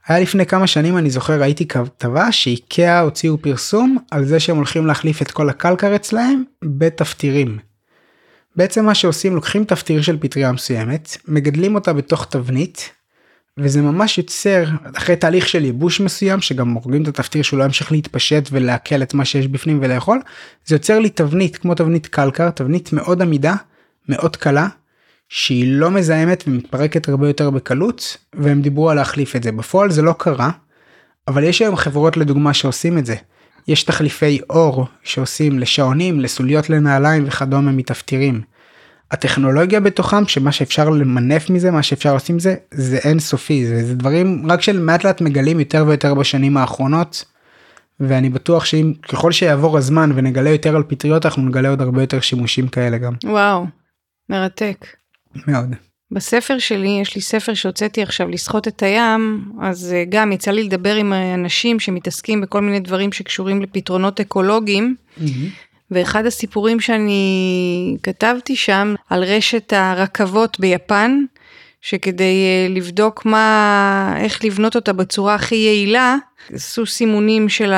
היה לפני כמה שנים, אני זוכר, ראיתי כתבה שאיקאה הוציאו פרסום על זה שהם הולכים להחליף את כל הקלקר אצלהם בתפטירים. בעצם מה שעושים, לוקחים תפטיר של פטריה מסוימת, מגדלים אותה בתוך תבנית, וזה ממש יוצר, אחרי תהליך של ייבוש מסוים, שגם מורגים את התפטיר שהוא לא ימשיך להתפשט ולהקל את מה שיש בפנים ולאכול, זה יוצר לי תבנית, כמו תבנית קלקר, תבנית מאוד עמידה, מאוד קלה, שהיא לא מזהמת ומתפרקת הרבה יותר בקלות, והם דיברו על להחליף את זה. בפועל זה לא קרה, אבל יש היום חברות לדוגמה שעושים את זה. יש תחליפי אור שעושים לשעונים, לסוליות לנעליים וכדומה מתפטירים. הטכנולוגיה בתוכם, שמה שאפשר למנף מזה, מה שאפשר לשים זה, זה אין סופי. זה, זה דברים רק של מעט לאט מגלים יותר ויותר בשנים האחרונות, ואני בטוח שאם ככל שיעבור הזמן ונגלה יותר על פטריות, אנחנו נגלה עוד הרבה יותר שימושים כאלה גם. וואו, מרתק. מאוד. בספר שלי, יש לי ספר שהוצאתי עכשיו לשחות את הים, אז גם יצא לי לדבר עם אנשים שמתעסקים בכל מיני דברים שקשורים לפתרונות אקולוגיים, mm-hmm. ואחד הסיפורים שאני כתבתי שם, על רשת הרכבות ביפן, שכדי לבדוק מה, איך לבנות אותה בצורה הכי יעילה, עשו סימונים של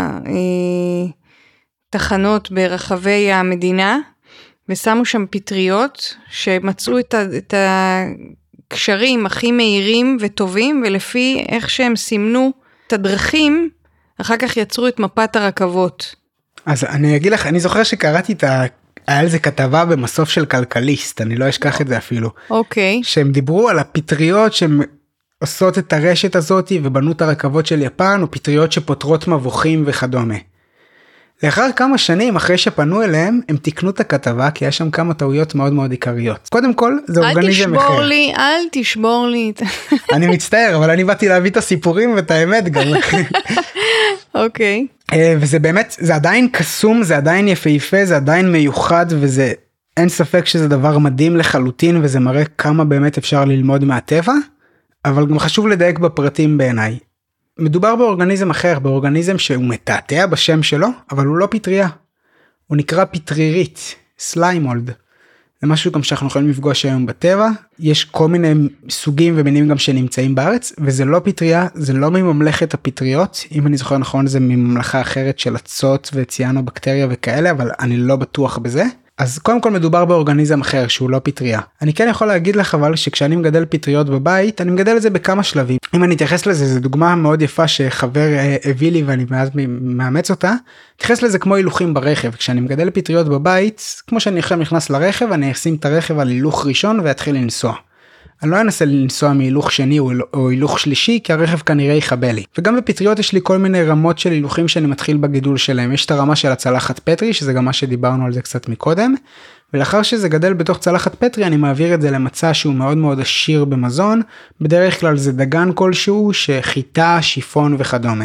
התחנות ברחבי המדינה, ושמו שם פטריות, שמצאו את, ה, את הקשרים הכי מהירים וטובים, ולפי איך שהם סימנו את הדרכים, אחר כך יצרו את מפת הרכבות. אז אני אגיד לך, אני זוכר שקראתי את ה... היה על זה כתבה במסוף של כלכליסט, אני לא אשכח את זה אפילו. אוקיי. שהם דיברו על הפטריות שהן עושות את הרשת הזאת, ובנו את הרכבות של יפן, או פטריות שפותרות מבוכים וכדומה. לאחר כמה שנים אחרי שפנו אליהם, הם תיקנו את הכתבה, כי יש שם כמה טעויות מאוד מאוד עיקריות. קודם כל, זה אורגניזם אחר. אל תשבור לי, אל תשבור לי. אני מצטער, אבל אני באתי להביא את הסיפורים ואת האמת גם. אוקיי. וזה באמת, זה עדיין קסום, זה עדיין יפהפה, זה עדיין מיוחד, וזה, אין ספק שזה דבר מדהים לחלוטין, וזה מראה כמה באמת אפשר ללמוד מהטבע, אבל גם חשוב לדייק בפרטים בעיניי. מדובר באורגניזם אחר, באורגניזם שהוא מתעתע בשם שלו, אבל הוא לא פטריה. הוא נקרא פטרירית, סליימולד. זה משהו גם שאנחנו יכולים לפגוש היום בטבע. יש כל מיני סוגים ומינים גם שנמצאים בארץ, וזה לא פטריה, זה לא מממלכת הפטריות. אם אני זוכר נכון, זה מממלכה אחרת של אצות וציאנובקטריה וכאלה, אבל אני לא בטוח בזה. אז קודם כל מדובר באורגניזם אחר שהוא לא פטריה. אני כן יכול להגיד לך אבל שכשאני מגדל פטריות בבית, אני מגדל את זה בכמה שלבים. אם אני אתייחס לזה, זו דוגמה מאוד יפה שחבר הביא לי ואני מאז מאמץ אותה. אתייחס לזה כמו הילוכים ברכב. כשאני מגדל פטריות בבית, כמו שאני עכשיו נכנס לרכב, אני אשים את הרכב על הילוך ראשון ואתחיל לנסוע. אני לא אנסה לנסוע מהילוך שני או הילוך שלישי, כי הרכב כנראה יחבל לי. וגם בפטריות יש לי כל מיני רמות של הילוכים שאני מתחיל בגידול שלהם. יש את הרמה של הצלחת פטרי, שזה גם מה שדיברנו על זה קצת מקודם. ולאחר שזה גדל בתוך צלחת פטרי, אני מעביר את זה למצע שהוא מאוד מאוד עשיר במזון. בדרך כלל זה דגן כלשהו, שחיטה, שיפון וכדומה.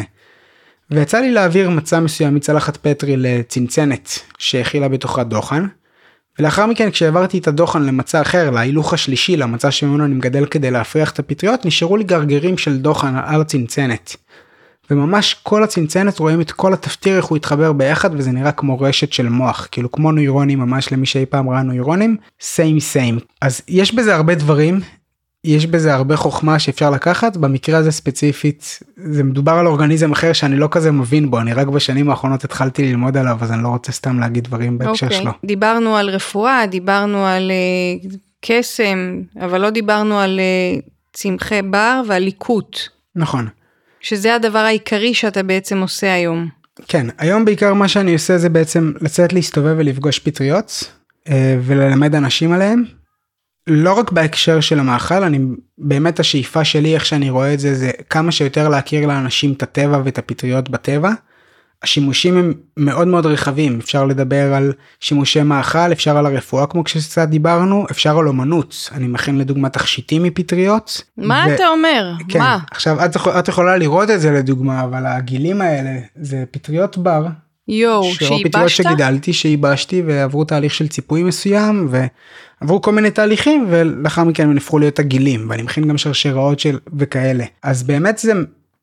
ויצא לי להעביר מצע מסוים מצלחת פטרי לצנצנת, שהכילה בתוכה דוחן. ולאחר מכן כשעברתי את הדוחן למצע אחר, להילוך השלישי, למצע שממנו אני מגדל כדי להפריח את הפטריות, נשארו לי גרגרים של דוחן על הצנצנת. וממש כל הצנצנת רואים את כל התפטיר איך הוא התחבר ביחד, וזה נראה כמו רשת של מוח, כאילו כמו נוירונים, ממש למי שאי פעם ראה נוירונים, same same. אז יש בזה הרבה דברים, יש בזה הרבה חוכמה שאפשר לקחת, במקרה הזה ספציפית, זה מדובר על אורגניזם אחר שאני לא כזה מבין בו, אני רק בשנים האחרונות התחלתי ללמוד עליו, אז אני לא רוצה סתם להגיד דברים בהקשר okay. שלו. דיברנו על רפואה, דיברנו על uh, קסם, אבל לא דיברנו על uh, צמחי בר ועל ליקוט. נכון. שזה הדבר העיקרי שאתה בעצם עושה היום. כן, היום בעיקר מה שאני עושה זה בעצם לצאת להסתובב ולפגוש פטריות, uh, וללמד אנשים עליהם, לא רק בהקשר של המאכל, אני באמת השאיפה שלי, איך שאני רואה את זה, זה כמה שיותר להכיר לאנשים את הטבע ואת הפטריות בטבע. השימושים הם מאוד מאוד רחבים, אפשר לדבר על שימושי מאכל, אפשר על הרפואה כמו כשקצת דיברנו, אפשר על אומנות, אני מכין לדוגמה תכשיטים מפטריות. מה ו... אתה אומר? כן, מה? עכשיו את, את יכולה לראות את זה לדוגמה, אבל הגילים האלה זה פטריות בר. יו, שייבשת? פטריות שגידלתי, שייבשתי ועברו תהליך של ציפוי מסוים ועברו כל מיני תהליכים ולאחר מכן הם נפחו להיות הגילים ואני מכין גם שרשראות של וכאלה. אז באמת זה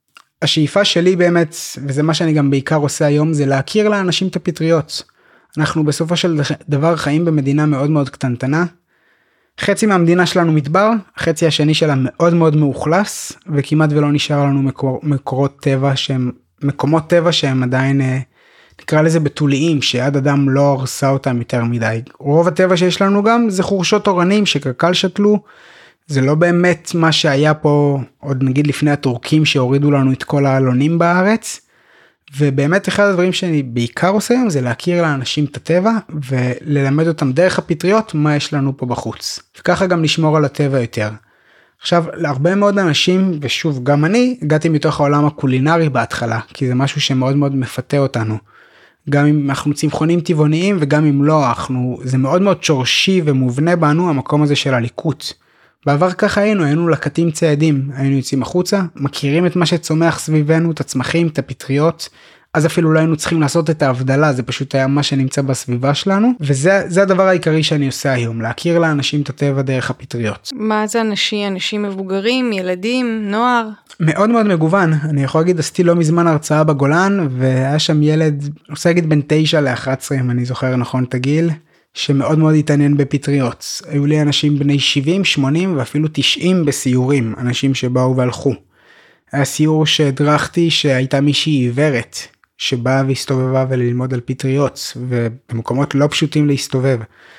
השאיפה שלי באמת, וזה מה שאני גם בעיקר עושה היום, זה להכיר לאנשים את הפטריות. אנחנו בסופו של דבר חיים במדינה מאוד מאוד קטנטנה, חצי מהמדינה שלנו מדבר, החצי השני שלה מאוד מאוד מאוכלס, וכמעט ולא נשאר לנו מקור, מקורות טבע שהם, מקומות טבע שהם עדיין, נקרא לזה בתוליים, שיד אדם לא הרסה אותם יותר מדי. רוב הטבע שיש לנו גם זה חורשות אורנים שקק"ל שתלו, זה לא באמת מה שהיה פה, עוד נגיד לפני הטורקים שהורידו לנו את כל העלונים בארץ, ובאמת אחד הדברים שאני בעיקר עושה היום זה להכיר לאנשים את הטבע וללמד אותם דרך הפטריות מה יש לנו פה בחוץ. וככה גם לשמור על הטבע יותר. עכשיו, להרבה מאוד אנשים, ושוב גם אני, הגעתי מתוך העולם הקולינרי בהתחלה, כי זה משהו שמאוד מאוד מפתה אותנו. גם אם אנחנו צמחונים טבעוניים וגם אם לא, אנחנו, זה מאוד מאוד שורשי ומובנה בנו המקום הזה של הליקוט. בעבר ככה היינו, היינו לקטים צעדים, היינו יוצאים החוצה, מכירים את מה שצומח סביבנו, את הצמחים, את הפטריות, אז אפילו לא היינו צריכים לעשות את ההבדלה, זה פשוט היה מה שנמצא בסביבה שלנו, וזה זה הדבר העיקרי שאני עושה היום, להכיר לאנשים את הטבע דרך הפטריות. מה זה אנשים? אנשים מבוגרים, ילדים, נוער? מאוד מאוד מגוון, אני יכול להגיד, עשיתי לא מזמן הרצאה בגולן, והיה שם ילד, אני רוצה להגיד בין תשע לאחת עשרה, אם אני זוכר נכון את הגיל, שמאוד מאוד התעניין בפטריות. היו לי אנשים בני שבעים, שמונים ואפילו תשעים בסיורים, אנשים שבאו והלכו. היה סיור שהדרכתי שהייתה מישהי עיוורת, שבאה והסתובבה וללמוד על פטריות, ובמקומות לא פשוטים להסתובב.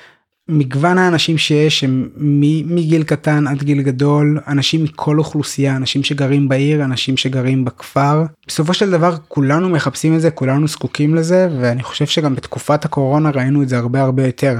מגוון האנשים שיש, הם מגיל קטן עד גיל גדול, אנשים מכל אוכלוסייה, אנשים שגרים בעיר, אנשים שגרים בכפר. בסופו של דבר כולנו מחפשים את זה, כולנו זקוקים לזה, ואני חושב שגם בתקופת הקורונה ראינו את זה הרבה הרבה יותר,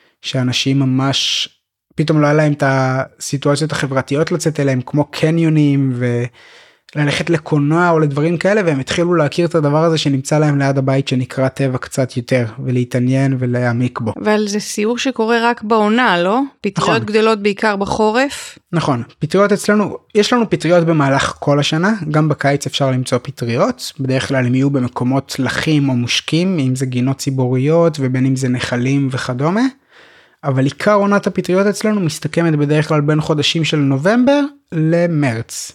שאנשים ממש, פתאום לא היה להם את הסיטואציות החברתיות לצאת אליהם, כמו קניונים ו... ללכת לקולנוע או לדברים כאלה, והם התחילו להכיר את הדבר הזה שנמצא להם ליד הבית שנקרא טבע קצת יותר, ולהתעניין ולהעמיק בו. אבל זה סיור שקורה רק בעונה, לא? פטריות נכון. גדלות בעיקר בחורף? נכון, פטריות אצלנו, יש לנו פטריות במהלך כל השנה, גם בקיץ אפשר למצוא פטריות, בדרך כלל הם יהיו במקומות לחים או מושקים, אם זה גינות ציבוריות ובין אם זה נחלים וכדומה, אבל עיקר עונת הפטריות אצלנו מסתכמת בדרך כלל בין חודשים של נובמבר למרץ.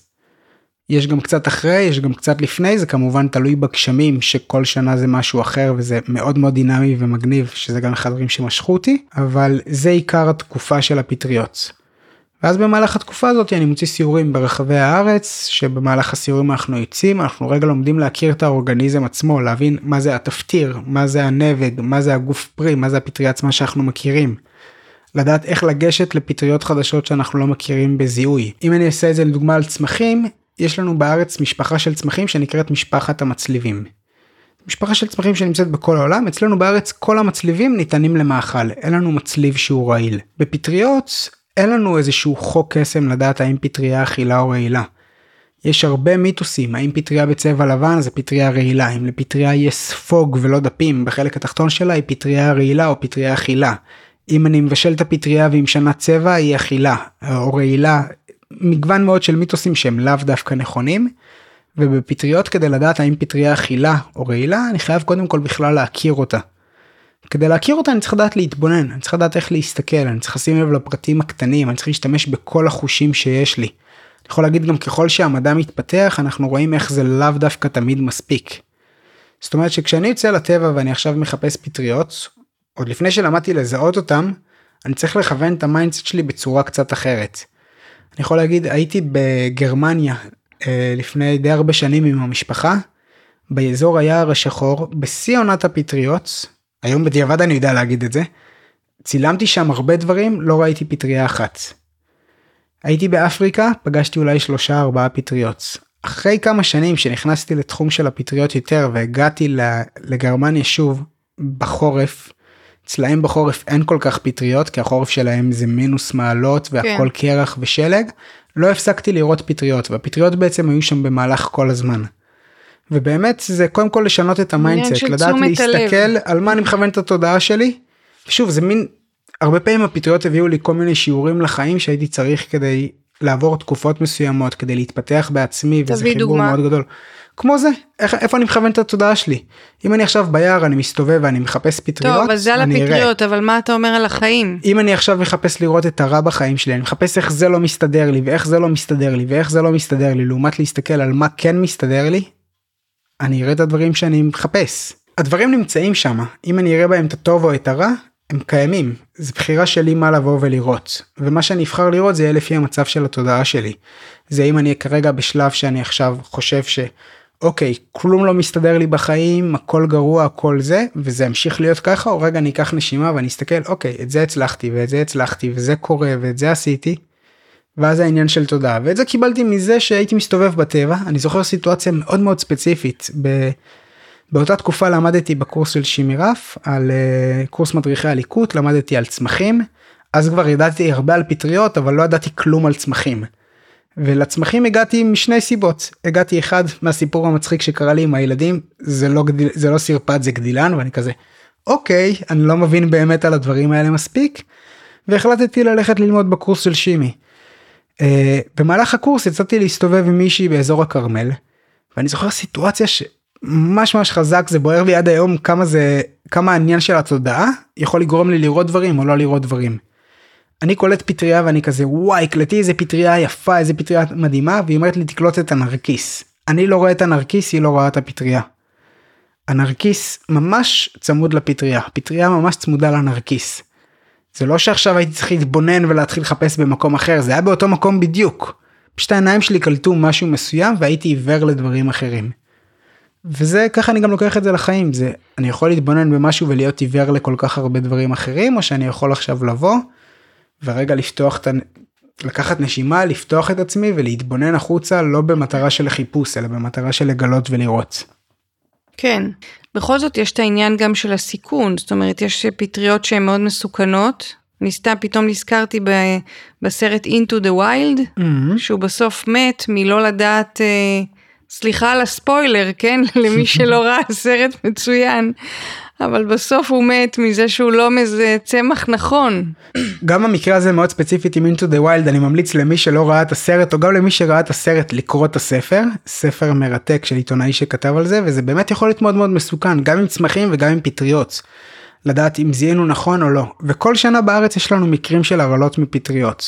יש גם קצת אחרי, יש גם קצת לפני, זה כמובן תלוי בגשמים, שכל שנה זה משהו אחר, וזה מאוד מאוד דינמי ומגניב, שזה גם אחד הדברים שמשכו אותי, אבל זה עיקר התקופה של הפטריות. ואז במהלך התקופה הזאת אני מוציא סיורים ברחבי הארץ, שבמהלך הסיורים אנחנו יוצאים, אנחנו רגע לומדים להכיר את האורגניזם עצמו, להבין מה זה התפטיר, מה זה הנבג, מה זה הגוף פרי, מה זה הפטריה עצמה שאנחנו מכירים. לדעת איך לגשת לפטריות חדשות שאנחנו לא מכירים בזיהוי. אם אני אעשה את זה לדוגמה על צמחים, יש לנו בארץ משפחה של צמחים שנקראת משפחת המצליבים. משפחה של צמחים שנמצאת בכל העולם, אצלנו בארץ כל המצליבים ניתנים למאכל, אין לנו מצליב שהוא רעיל. בפטריות אין לנו איזשהו חוק קסם לדעת האם פטריה אכילה או רעילה. יש הרבה מיתוסים, האם פטריה בצבע לבן זה פטריה רעילה, אם לפטריה יש ספוג ולא דפים בחלק התחתון שלה היא פטריה רעילה או פטריה אכילה. אם אני מבשל את הפטריה והיא משנה צבע היא אכילה או רעילה, מגוון מאוד של מיתוסים שהם לאו דווקא נכונים, ובפטריות כדי לדעת האם פטריה אכילה או רעילה, אני חייב קודם כל בכלל להכיר אותה. כדי להכיר אותה אני צריך לדעת להתבונן, אני צריך לדעת איך להסתכל, אני צריך לשים לב לפרטים הקטנים, אני צריך להשתמש בכל החושים שיש לי. אני יכול להגיד גם ככל שהמדע מתפתח, אנחנו רואים איך זה לאו דווקא תמיד מספיק. זאת אומרת שכשאני יוצא לטבע ואני עכשיו מחפש פטריות, עוד לפני שלמדתי לזהות אותם, אני צריך לכוון את המיינדסט שלי בצורה קצת אחרת. אני יכול להגיד, הייתי בגרמניה אה, לפני די הרבה שנים עם המשפחה, באזור היער השחור, בשיא עונת הפטריות, היום בדיעבד אני יודע להגיד את זה, צילמתי שם הרבה דברים, לא ראיתי פטריה אחת. הייתי באפריקה, פגשתי אולי שלושה ארבעה פטריות. אחרי כמה שנים שנכנסתי לתחום של הפטריות יותר, והגעתי לגרמניה שוב בחורף, אצלהם בחורף אין כל כך פטריות, כי החורף שלהם זה מינוס מעלות, והכל כן. קרח ושלג, לא הפסקתי לראות פטריות, והפטריות בעצם היו שם במהלך כל הזמן. ובאמת זה קודם כל לשנות את המיינדסט, לדעת להסתכל הלב. על מה אני מכוון את התודעה שלי, ושוב זה מין, הרבה פעמים הפטריות הביאו לי כל מיני שיעורים לחיים שהייתי צריך כדי לעבור תקופות מסוימות, כדי להתפתח בעצמי, וזה חיבור דוגמה. מאוד גדול. כמו זה, איך, איפה אני מכוון את התודעה שלי? אם אני עכשיו ביער, אני מסתובב ואני מחפש פטריות, טוב, אבל זה על הפטריות, אבל מה אתה אומר על החיים? אם אני עכשיו מחפש לראות את הרע בחיים שלי, אני מחפש איך זה לא מסתדר לי, ואיך זה לא מסתדר לי, ואיך זה לא מסתדר לי, לעומת להסתכל על מה כן מסתדר לי, אני אראה את הדברים שאני מחפש. הדברים נמצאים שם, אם אני אראה בהם את הטוב או את הרע, הם קיימים, זה בחירה שלי מה לבוא ולראות, ומה שאני אבחר לראות זה יהיה לפי המצב של התודעה שלי. זה אם אני כרגע בשלב שאני עכשיו חושב ש... אוקיי, כלום לא מסתדר לי בחיים, הכל גרוע, הכל זה, וזה המשיך להיות ככה, או רגע אני אקח נשימה ואני אסתכל, אוקיי, את זה הצלחתי, ואת זה הצלחתי, וזה קורה, ואת זה עשיתי, ואז העניין של תודעה, ואת זה קיבלתי מזה שהייתי מסתובב בטבע. אני זוכר סיטואציה מאוד מאוד ספציפית, ב... באותה תקופה למדתי בקורס של שימירף, על uh, קורס מדריכי הליקוט, למדתי על צמחים, אז כבר ידעתי הרבה על פטריות, אבל לא ידעתי כלום על צמחים. ולצמחים הגעתי משני סיבות. הגעתי אחד מהסיפור המצחיק שקרה לי עם הילדים, זה לא, גדיל, זה לא סרפד, זה גדילן, ואני כזה, אוקיי, אני לא מבין באמת על הדברים האלה מספיק, והחלטתי ללכת ללמוד בקורס של שימי. Uh, במהלך הקורס יצאתי להסתובב עם מישהי באזור הכרמל, ואני זוכר סיטואציה שממש ממש חזק, זה בוער לי עד היום כמה זה, כמה העניין של התודעה יכול לגרום לי לראות דברים או לא לראות דברים. אני קולט פטריה ואני כזה, וואי, קלטי איזה פטריה יפה, איזה פטריה מדהימה, והיא אומרת לי תקלוט את הנרקיס. אני לא רואה את הנרקיס, היא לא רואה את הפטריה. הנרקיס ממש צמוד לפטריה, הפטריה ממש צמודה לנרקיס. זה לא שעכשיו הייתי צריך להתבונן ולהתחיל לחפש במקום אחר, זה היה באותו מקום בדיוק. פשוט העיניים שלי קלטו משהו מסוים והייתי עיוור לדברים אחרים. וזה, ככה אני גם לוקח את זה לחיים, זה, אני יכול להתבונן במשהו ולהיות עיוור לכל כך הרבה דברים אחרים, או שאני יכול עכשיו לבוא, ורגע לפתוח את, לקחת נשימה, לפתוח את עצמי ולהתבונן החוצה, לא במטרה של חיפוש, אלא במטרה של לגלות ולראות. כן, בכל זאת יש את העניין גם של הסיכון, זאת אומרת יש פטריות שהן מאוד מסוכנות, אני סתם פתאום נזכרתי ב, בסרט Into the Wild, mm-hmm. שהוא בסוף מת מלא לדעת, אה, סליחה על הספוילר, כן, למי שלא ראה סרט מצוין, אבל בסוף הוא מת מזה שהוא לא מזה צמח נכון. גם המקרה הזה מאוד ספציפית עם Into the Wild, אני ממליץ למי שלא ראה את הסרט, או גם למי שראה את הסרט לקרוא את הספר, ספר מרתק של עיתונאי שכתב על זה, וזה באמת יכול להיות מאוד מאוד מסוכן, גם עם צמחים וגם עם פטריות, לדעת אם זיהינו נכון או לא, וכל שנה בארץ יש לנו מקרים של הרעלות מפטריות.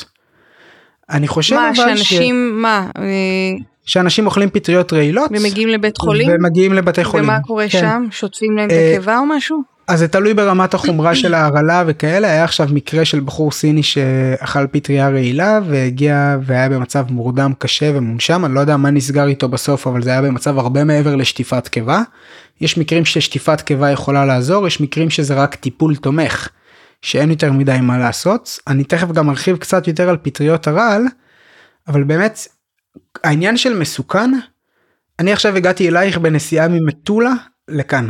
אני חושב מה, אבל שאנשים, ש... מה? שאנשים אוכלים פטריות רעילות. ומגיעים לבית חולים? ומגיעים לבתי חולים. ומה קורה כן. שם? שוטפים להם את הקיבה או משהו? אז זה תלוי ברמת החומרה של ההרעלה וכאלה. היה עכשיו מקרה של בחור סיני שאכל פטריה רעילה והגיע והיה במצב מורדם קשה ומונשם. אני לא יודע מה נסגר איתו בסוף, אבל זה היה במצב הרבה מעבר לשטיפת קיבה. יש מקרים ששטיפת קיבה יכולה לעזור, יש מקרים שזה רק טיפול תומך, שאין יותר מדי מה לעשות. אני תכף גם ארחיב קצת יותר על פטריות הרעל, אבל באמת העניין של מסוכן, אני עכשיו הגעתי אלייך בנסיעה ממטולה לכאן,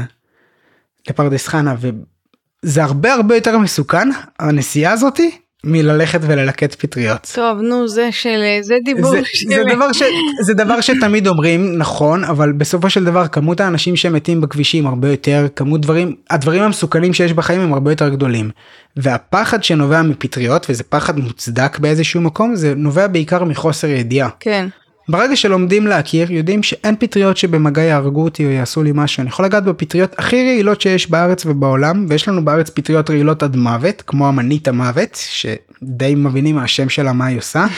לפרדס חנה, וזה הרבה הרבה יותר מסוכן, הנסיעה הזאתי, מללכת וללקט פטריות. טוב, נו, זה של, זה דיבור זה, של... זה דבר ש, זה דבר שתמיד אומרים, נכון, אבל בסופו של דבר, כמות האנשים שמתים בכבישים הרבה יותר, כמות דברים, הדברים המסוכנים שיש בחיים הם הרבה יותר גדולים. והפחד שנובע מפטריות, וזה פחד מוצדק באיזשהו מקום, זה נובע בעיקר מחוסר ידיעה. כן. ברגע שלומדים להכיר, יודעים שאין פטריות שבמגע יהרגו אותי או יעשו לי משהו. אני יכול לגעת בפטריות הכי רעילות שיש בארץ ובעולם, ויש לנו בארץ פטריות רעילות עד מוות, כמו אמנית המוות, שדי מבינים מהשם שלה מה היא עושה.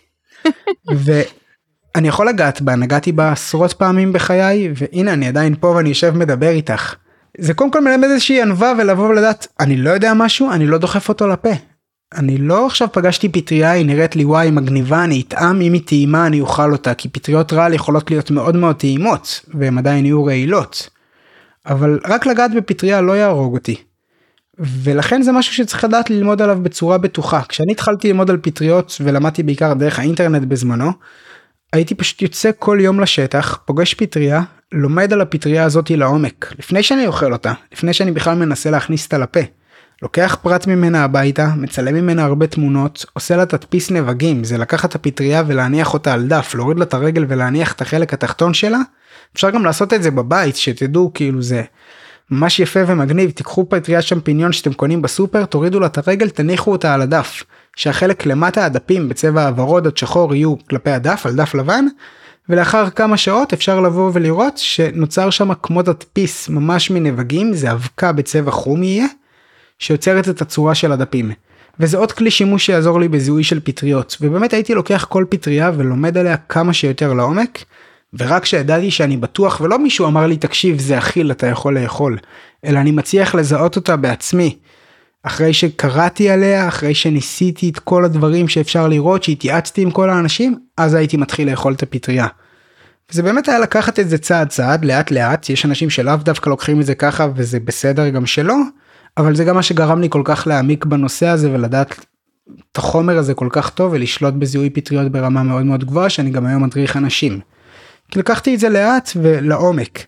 ואני יכול לגעת בה, נגעתי בה עשרות פעמים בחיי, והנה אני עדיין פה ואני יושב מדבר איתך. זה קודם כל מלמד איזושהי ענווה ולבוא ולדעת, אני לא יודע משהו, אני לא דוחף אותו לפה. אני לא עכשיו פגשתי פטריה, היא נראית לי וואי מגניבה, אני אטעם, אם היא טעימה אני אוכל אותה, כי פטריות רעל יכולות להיות מאוד מאוד טעימות, והן עדיין יהיו רעילות. אבל רק לגעת בפטריה לא יהרוג אותי. ולכן זה משהו שצריך לדעת ללמוד עליו בצורה בטוחה. כשאני התחלתי ללמוד על פטריות, ולמדתי בעיקר דרך האינטרנט בזמנו, הייתי פשוט יוצא כל יום לשטח, פוגש פטריה, לומד על הפטריה הזאת לעומק, לפני שאני אוכל אותה, לפני שאני בכלל מנסה להכניס אותה לפה. לוקח פרט ממנה הביתה, מצלם ממנה הרבה תמונות, עושה לה תדפיס נבגים, זה לקחת את הפטריה ולהניח אותה על דף, להוריד לה את הרגל ולהניח את החלק התחתון שלה. אפשר גם לעשות את זה בבית, שתדעו כאילו זה ממש יפה ומגניב. תיקחו פטריית שמפיניון שאתם קונים בסופר, תורידו לה את הרגל, תניחו אותה על הדף, שהחלק למטה הדפים בצבע הוורוד עד שחור יהיו כלפי הדף, על דף לבן, ולאחר כמה שעות אפשר לבוא ולראות שנוצר שם כמו תדפיס ממש מנבגים, זה אבקה בצבע חום יהיה, שיוצרת את הצורה של הדפים. וזה עוד כלי שימוש שיעזור לי בזיהוי של פטריות, ובאמת הייתי לוקח כל פטריה ולומד עליה כמה שיותר לעומק, ורק שידעתי שאני בטוח, ולא מישהו אמר לי תקשיב זה אכיל אתה יכול לאכול, אלא אני מצליח לזהות אותה בעצמי. אחרי שקראתי עליה, אחרי שניסיתי את כל הדברים שאפשר לראות, שהתייעצתי עם כל האנשים, אז הייתי מתחיל לאכול את הפטריה. וזה באמת היה לקחת את זה צעד צעד, לאט לאט, יש אנשים שלאו דווקא לוקחים את זה ככה, וזה בסדר גם שלא, אבל זה גם מה שגרם לי כל כך להעמיק בנושא הזה, ולדעת את החומר הזה כל כך טוב, ולשלוט בזיהוי פטריות ברמה מאוד מאוד גבוהה, שאני גם היום מדריך אנשים. כי לקחתי את זה לאט ולעומק.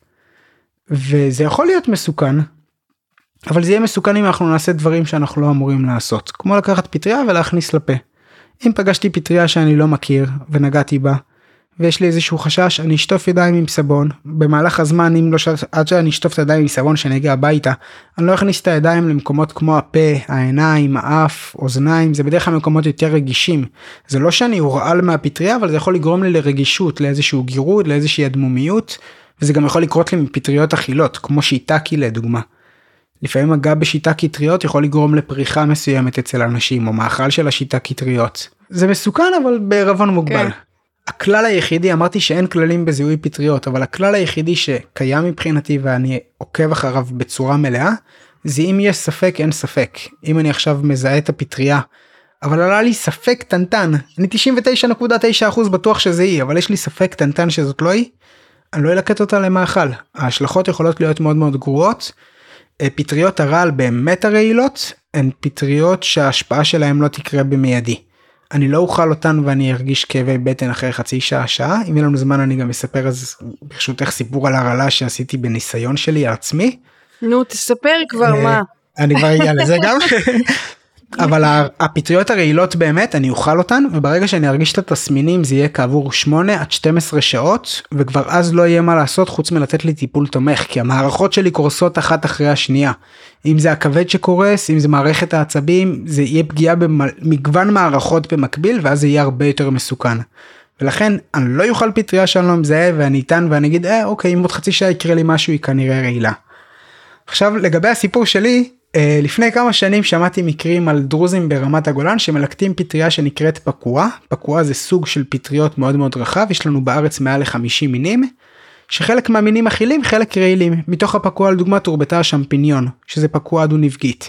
וזה יכול להיות מסוכן, אבל זה יהיה מסוכן אם אנחנו נעשה דברים שאנחנו לא אמורים לעשות, כמו לקחת פטריה ולהכניס לפה. אם פגשתי פטריה שאני לא מכיר ונגעתי בה, ויש לי איזשהו חשש, אני אשטוף ידיים עם סבון, במהלך הזמן, אם לא ש... עד שאני אשטוף את הידיים עם סבון שאני אגיע הביתה, אני לא אכניס את הידיים למקומות כמו הפה, העיניים, האף, אוזניים, זה בדרך כלל מקומות יותר רגישים. זה לא שאני אורעל מהפטריה, אבל זה יכול לגרום לי לרגישות, לאיזשהו גירוד, לאיזושהי אדמומיות, וזה גם יכול לקרות לי מפטריות אכילות, כמו שיטקי לדוגמה. לפעמים מגע בשיטקי טריות יכול לגרום לפריחה מסוימת אצל אנשים, או מאכל של השיטקי טריות. זה מסוכן, אבל בערבון מוגבל. כן. הכלל היחידי, אמרתי שאין כללים בזיהוי פטריות, אבל הכלל היחידי שקיים מבחינתי ואני עוקב אחריו בצורה מלאה, זה אם יש ספק, אין ספק. אם אני עכשיו מזהה את הפטריה, אבל עלה לי ספק טנטן, אני תשעים ותשע נקודה תשע אחוז בטוח שזה היא, אבל יש לי ספק טנטן שזאת לא היא, אני לא אלקט אותה למאכל. ההשלכות יכולות להיות מאוד מאוד גרועות. פטריות הרעל באמת הרעילות, הן פטריות שההשפעה שלהם לא תקרה במיידי. אני לא אוכל אותן ואני ארגיש כאבי בטן אחרי חצי שעה, שעה. אם יהיה לנו זמן אני גם אספר אז ברשותך סיפור על הרעלה שעשיתי בניסיון שלי על עצמי. נו, תספר כבר מה. אני כבר אגיע לזה גם. אבל הפטריות הרעילות באמת, אני אוכל אותן, וברגע שאני ארגיש את התסמינים, זה יהיה כעבור שמונה עד שתים עשרה שעות, וכבר אז לא יהיה מה לעשות חוץ מלתת לי טיפול תומך, כי המערכות שלי קורסות אחת אחרי השנייה. אם זה הכבד שקורס, אם זה מערכת העצבים, זה יהיה פגיעה במגוון מערכות במקביל, ואז זה יהיה הרבה יותר מסוכן. ולכן, אני לא יוכל פטריה שאני לא מזהה, ואני איתן ואני אגיד, אה, אוקיי, אם עוד חצי שעה יקרה לי משהו, היא כנראה רעילה. עכשיו, לגבי הסיפור שלי, לפני כמה שנים שמעתי מקרים על דרוזים ברמת הגולן שמלקטים פטריה שנקראת פקוע. פקוע זה סוג של פטריות מאוד מאוד רחב, יש לנו בארץ מעל ל-חמישים מינים, שחלק מהמינים אכילים, חלק רעילים. מתוך הפקוע לדוגמה תורבתה השמפיניון, שזה פקוע דו-נבגית.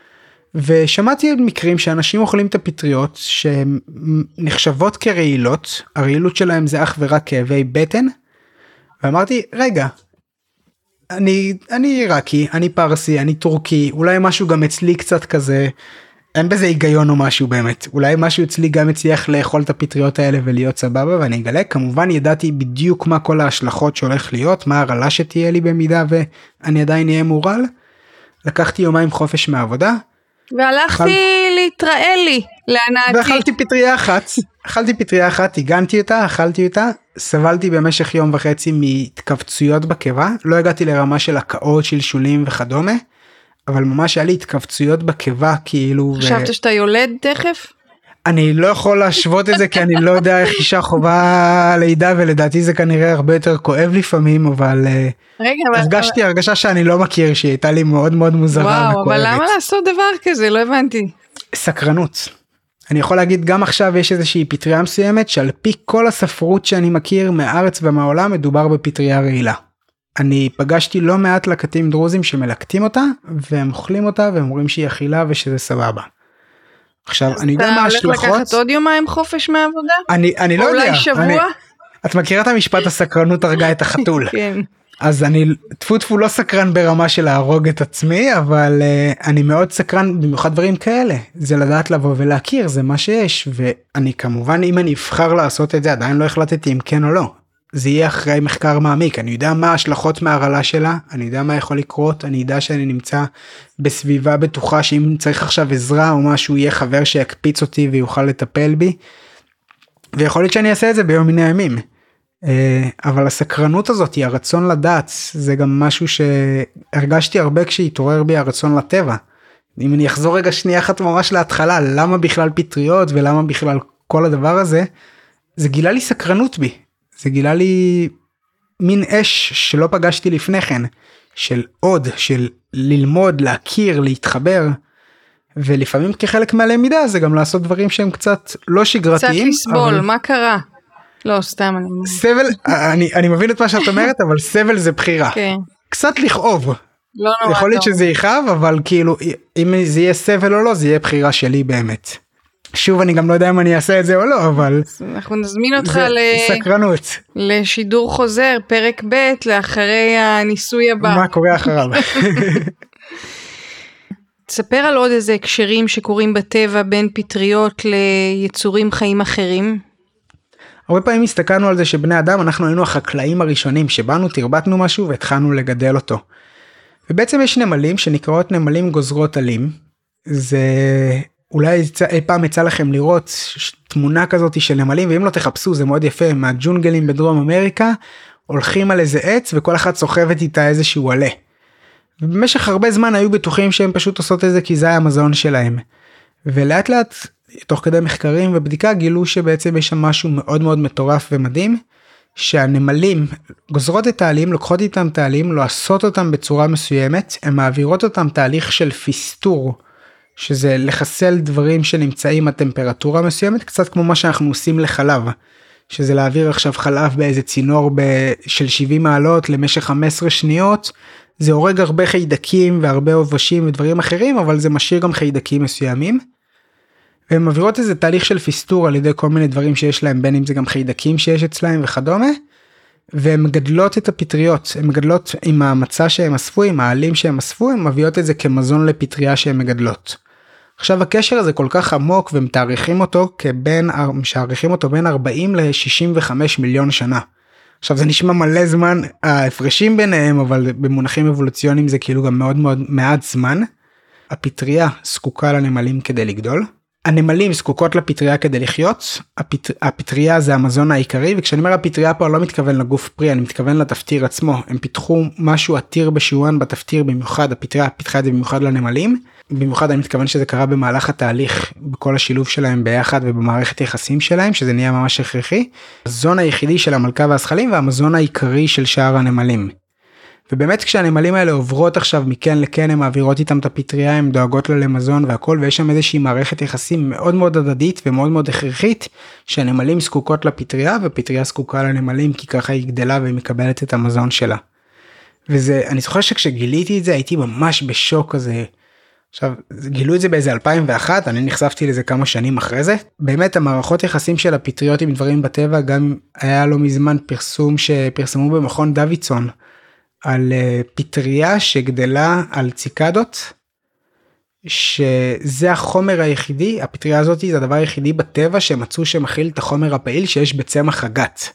ושמעתי על מקרים שאנשים אוכלים את הפטריות שנחשבות כרעילות, הרעילות שלהם זה אך ורק כאבי בטן, ואמרתי, רגע, אני, אני עיראקי, אני פרסי, אני טורקי, אולי משהו גם אצלי קצת כזה, אין בזה היגיון או משהו באמת, אולי משהו אצלי גם הצליח לאכול את הפטריות האלה ולהיות סבבה, ואני אגלה, כמובן ידעתי בדיוק מה כל ההשלכות שהולך להיות, מה הרעלה שתהיה לי במידה ואני עדיין אהיה מורל, לקחתי יומיים חופש מהעבודה, והלכתי אכל... להתראה לי, להנאתי. ואכלתי פטריה אחת, אכלתי פטריה אחת, הגנתי אותה, אכלתי אותה, סבלתי במשך יום וחצי מהתכווצויות בקיבה, לא הגעתי לרמה של הקאות, שלשולים וכדומה, אבל ממש היה לי התכווצויות בקיבה כאילו. חשבת ו... שאתה יולד תכף? אני לא יכול להשוות את זה כי אני לא יודע איך אישה חובה לידה, ולדעתי זה כנראה הרבה יותר כואב לפעמים, אבל רגע, הרגשתי אבל... הרגשה שאני לא מכיר, שהיא הייתה לי מאוד מאוד מוזרה וואו, וכואבת. אבל למה לעשות דבר כזה? לא הבנתי. סקרנות. אני יכול להגיד גם עכשיו יש איזושהי פטריה מסוימת שעל פי כל הספרות שאני מכיר מהארץ ומהעולם מדובר בפטריה רעילה. אני פגשתי לא מעט לקטים דרוזים שמלקטים אותה והם אוכלים אותה והם אומרים שהיא אכילה ושזה סבבה. עכשיו אני יודע מה ההשלכות. אתה הולך לקחת עוד יומיים חופש מהעבודה? אני, אני לא יודע. אולי שבוע? אני, את מכירה את המשפט הסקרנות הרגה את החתול? כן. אז אני טפו טפו לא סקרן ברמה של להרוג את עצמי, אבל uh, אני מאוד סקרן במיוחד דברים כאלה. זה לדעת לבוא ולהכיר, זה מה שיש. ואני כמובן, אם אני אבחר לעשות את זה, עדיין לא החלטתי אם כן או לא. זה יהיה אחרי מחקר מעמיק. אני יודע מה ההשלכות מהרעלה שלה, אני יודע מה יכול לקרות, אני יודע שאני נמצא בסביבה בטוחה, שאם צריך עכשיו עזרה או משהו, יהיה חבר שיקפיץ אותי ויוכל לטפל בי. ויכול להיות שאני אעשה את זה ביום מן הימים. אבל הסקרנות הזאת היא הרצון לדעת, זה גם משהו שהרגשתי הרבה כשהתעורר בי הרצון לטבע. אם אני אחזור רגע שנייה אחת ממש להתחלה, למה בכלל פטריות ולמה בכלל כל הדבר הזה, זה גילה לי סקרנות בי, זה גילה לי מין אש שלא פגשתי לפני כן, של עוד, של ללמוד, להכיר, להתחבר, ולפעמים כחלק מהלמידה זה גם לעשות דברים שהם קצת לא שגרתיים. קצת לסבול, אבל... מה קרה? לא, סתם אני... סבל, אני, אני מבין את מה שאת אומרת, אבל סבל זה בחירה. כן. קצת לכאוב. לא נורא. יכול להיות שזה יכאב, אבל כאילו, אם זה יהיה סבל או לא, זה יהיה בחירה שלי באמת. שוב, אני גם לא יודע אם אני אעשה את זה או לא, אבל... אנחנו נזמין אותך ל... סקרנות. לשידור חוזר, פרק ב' לאחרי הניסוי הבא. מה קורה אחריו? תספר על עוד איזה הקשרים שקורים בטבע בין פטריות ליצורים חיים אחרים. הרבה פעמים הסתכלנו על זה שבני אדם, אנחנו היינו החקלאים הראשונים, שבאנו, תרבטנו משהו והתחלנו לגדל אותו. ובעצם יש נמלים שנקראות נמלים גוזרות עלים. זה אולי אי פעם יצא לכם לראות תמונה כזאת של נמלים, ואם לא תחפשו זה מאוד יפה, מהג'ונגלים בדרום אמריקה, הולכים על איזה עץ וכל אחת סוחבת איתה איזשהו עלה. ובמשך הרבה זמן היו בטוחים שהם פשוט עושות את זה כי זה המזון שלהם. ולאט לאט, תוך כדי מחקרים ובדיקה, גילו שבעצם יש שם משהו מאוד מאוד מטורף ומדהים, שהנמלים גוזרות את העלים, לוקחות איתם את העלים, לועשות אותם בצורה מסוימת, הן מעבירות אותם תהליך של פיסטור, שזה לחסל דברים שנמצאים הטמפרטורה מסוימת, קצת כמו מה שאנחנו עושים לחלב, שזה להעביר עכשיו חלב באיזה צינור של שבעים מעלות למשך חמש עשרה שניות, זה הורג הרבה חיידקים והרבה עובשים ודברים אחרים, אבל זה משאיר גם חיידקים מסוימים. והן מעבירות איזה תהליך של פיסטור על ידי כל מיני דברים שיש להם, בין אם זה גם חיידקים שיש אצלהם וכדומה, והן מגדלות את הפטריות, הן מגדלות עם המצע שהם אספו, עם העלים שהם אספו, הן מביאות את זה כמזון לפטריה שהן מגדלות. עכשיו הקשר הזה כל כך עמוק, ומתאריכים אותו כבין, משאריכים אותו בין ארבעים ל-שישים וחמישה מיליון שנה. עכשיו זה נשמע מלא זמן, ההפרשים ביניהם, אבל במונחים אבולוציוניים זה כאילו גם מאוד מאוד מעט זמן. הפטריה זקוקה לנמלים כדי לגדול. הנמלים זקוקות לפטריה כדי לחיות. הפטר... הפטריה זה המזון העיקרי, וכשאני אומר הפטריה פה אני לא מתכוון לגוף פרי, אני מתכוון לתפטיר עצמו. הם פיתחו משהו עתיר בשיעורן בתפטיר, במיוחד הפטריה פיתחה את זה במיוחד לנמלים. במיוחד אני מתכוון שזה קרה במהלך התהליך, בכל השילוב שלהם ביחד ובמערכת יחסים שלהם, שזה נהיה ממש הכרחי. המזון היחידי של המלכה והזחלים והמזון העיקרי של שאר הנמלים. ובאמת כשהנמלים האלה עוברות עכשיו מכן לכן, הם מעבירות איתם את הפטריה, הם דואגות לה למזון והכל, ויש שם איזושהי מערכת יחסים מאוד מאוד הדדית ומאוד מאוד הכרחית, שהנמלים זקוקות לפטריה ופטריה זקוקה לנמלים, כי ככה היא גדלה והיא מקבלת את המזון שלה. וזה, אני זוכר שכשגיליתי את זה הייתי ממש בשוק כזה. עכשיו, גילו את זה באיזה אלפיים ואחת, אני נחשפתי לזה כמה שנים אחרי זה. באמת המערכות יחסים של הפטריות עם דברים בטבע, גם היה לא מזמן פרסום שפרסמו במכון דוידסון, על פטריה שגדלה על ציקדות, שזה החומר היחידי, הפטריה הזאת זה הדבר היחידי בטבע שמצאו שמכיל את החומר הפעיל שיש בצמח הגת.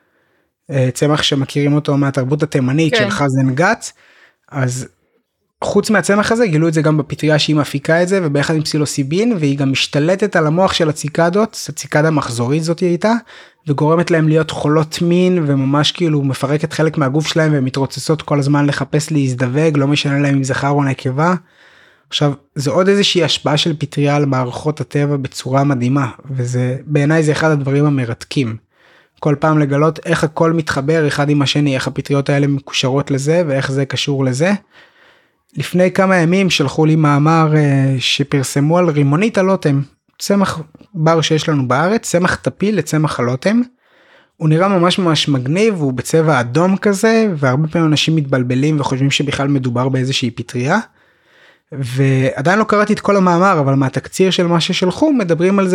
צמח שמכירים אותו מהתרבות התימנית כן. של חזן גת, אז חוץ מהצמח הזה גילו את זה גם בפטריה שהיא מפיקה את זה, וביחד עם פסילוסיבין, והיא גם משתלטת על המוח של הציקדות, הציקדה המחזורית זאת הייתה, וגורמת להם להיות חולות מין, וממש כאילו מפרקת חלק מהגוף שלהם, והן מתרוצצות כל הזמן לחפש להזדווג, לא משנה להם אם זכר או נקבה. עכשיו, זה עוד איזושהי השפעה של פטריה על מערכות הטבע בצורה מדהימה, וזה, בעיניי זה אחד הדברים המרתקים. כל פעם לגלות איך הכל מתחבר אחד עם השני, איך הפטריות האלה מקושרות לזה, ואיך זה קשור לזה. לפני כמה ימים שלחו לי מאמר שפרסמו על רימונית הלוטם, צמח בר שיש לנו בארץ, צמח טפיל לצמח הלוטם. הוא נראה ממש ממש מגניב, הוא בצבע אדום כזה, והרבה פעמים אנשים מתבלבלים וחושבים שבכלל מדובר באיזושהי פטריה. ועדיין לא קראתי את כל המאמר, אבל מהתקציר של מה ששלחו, מדברים על זה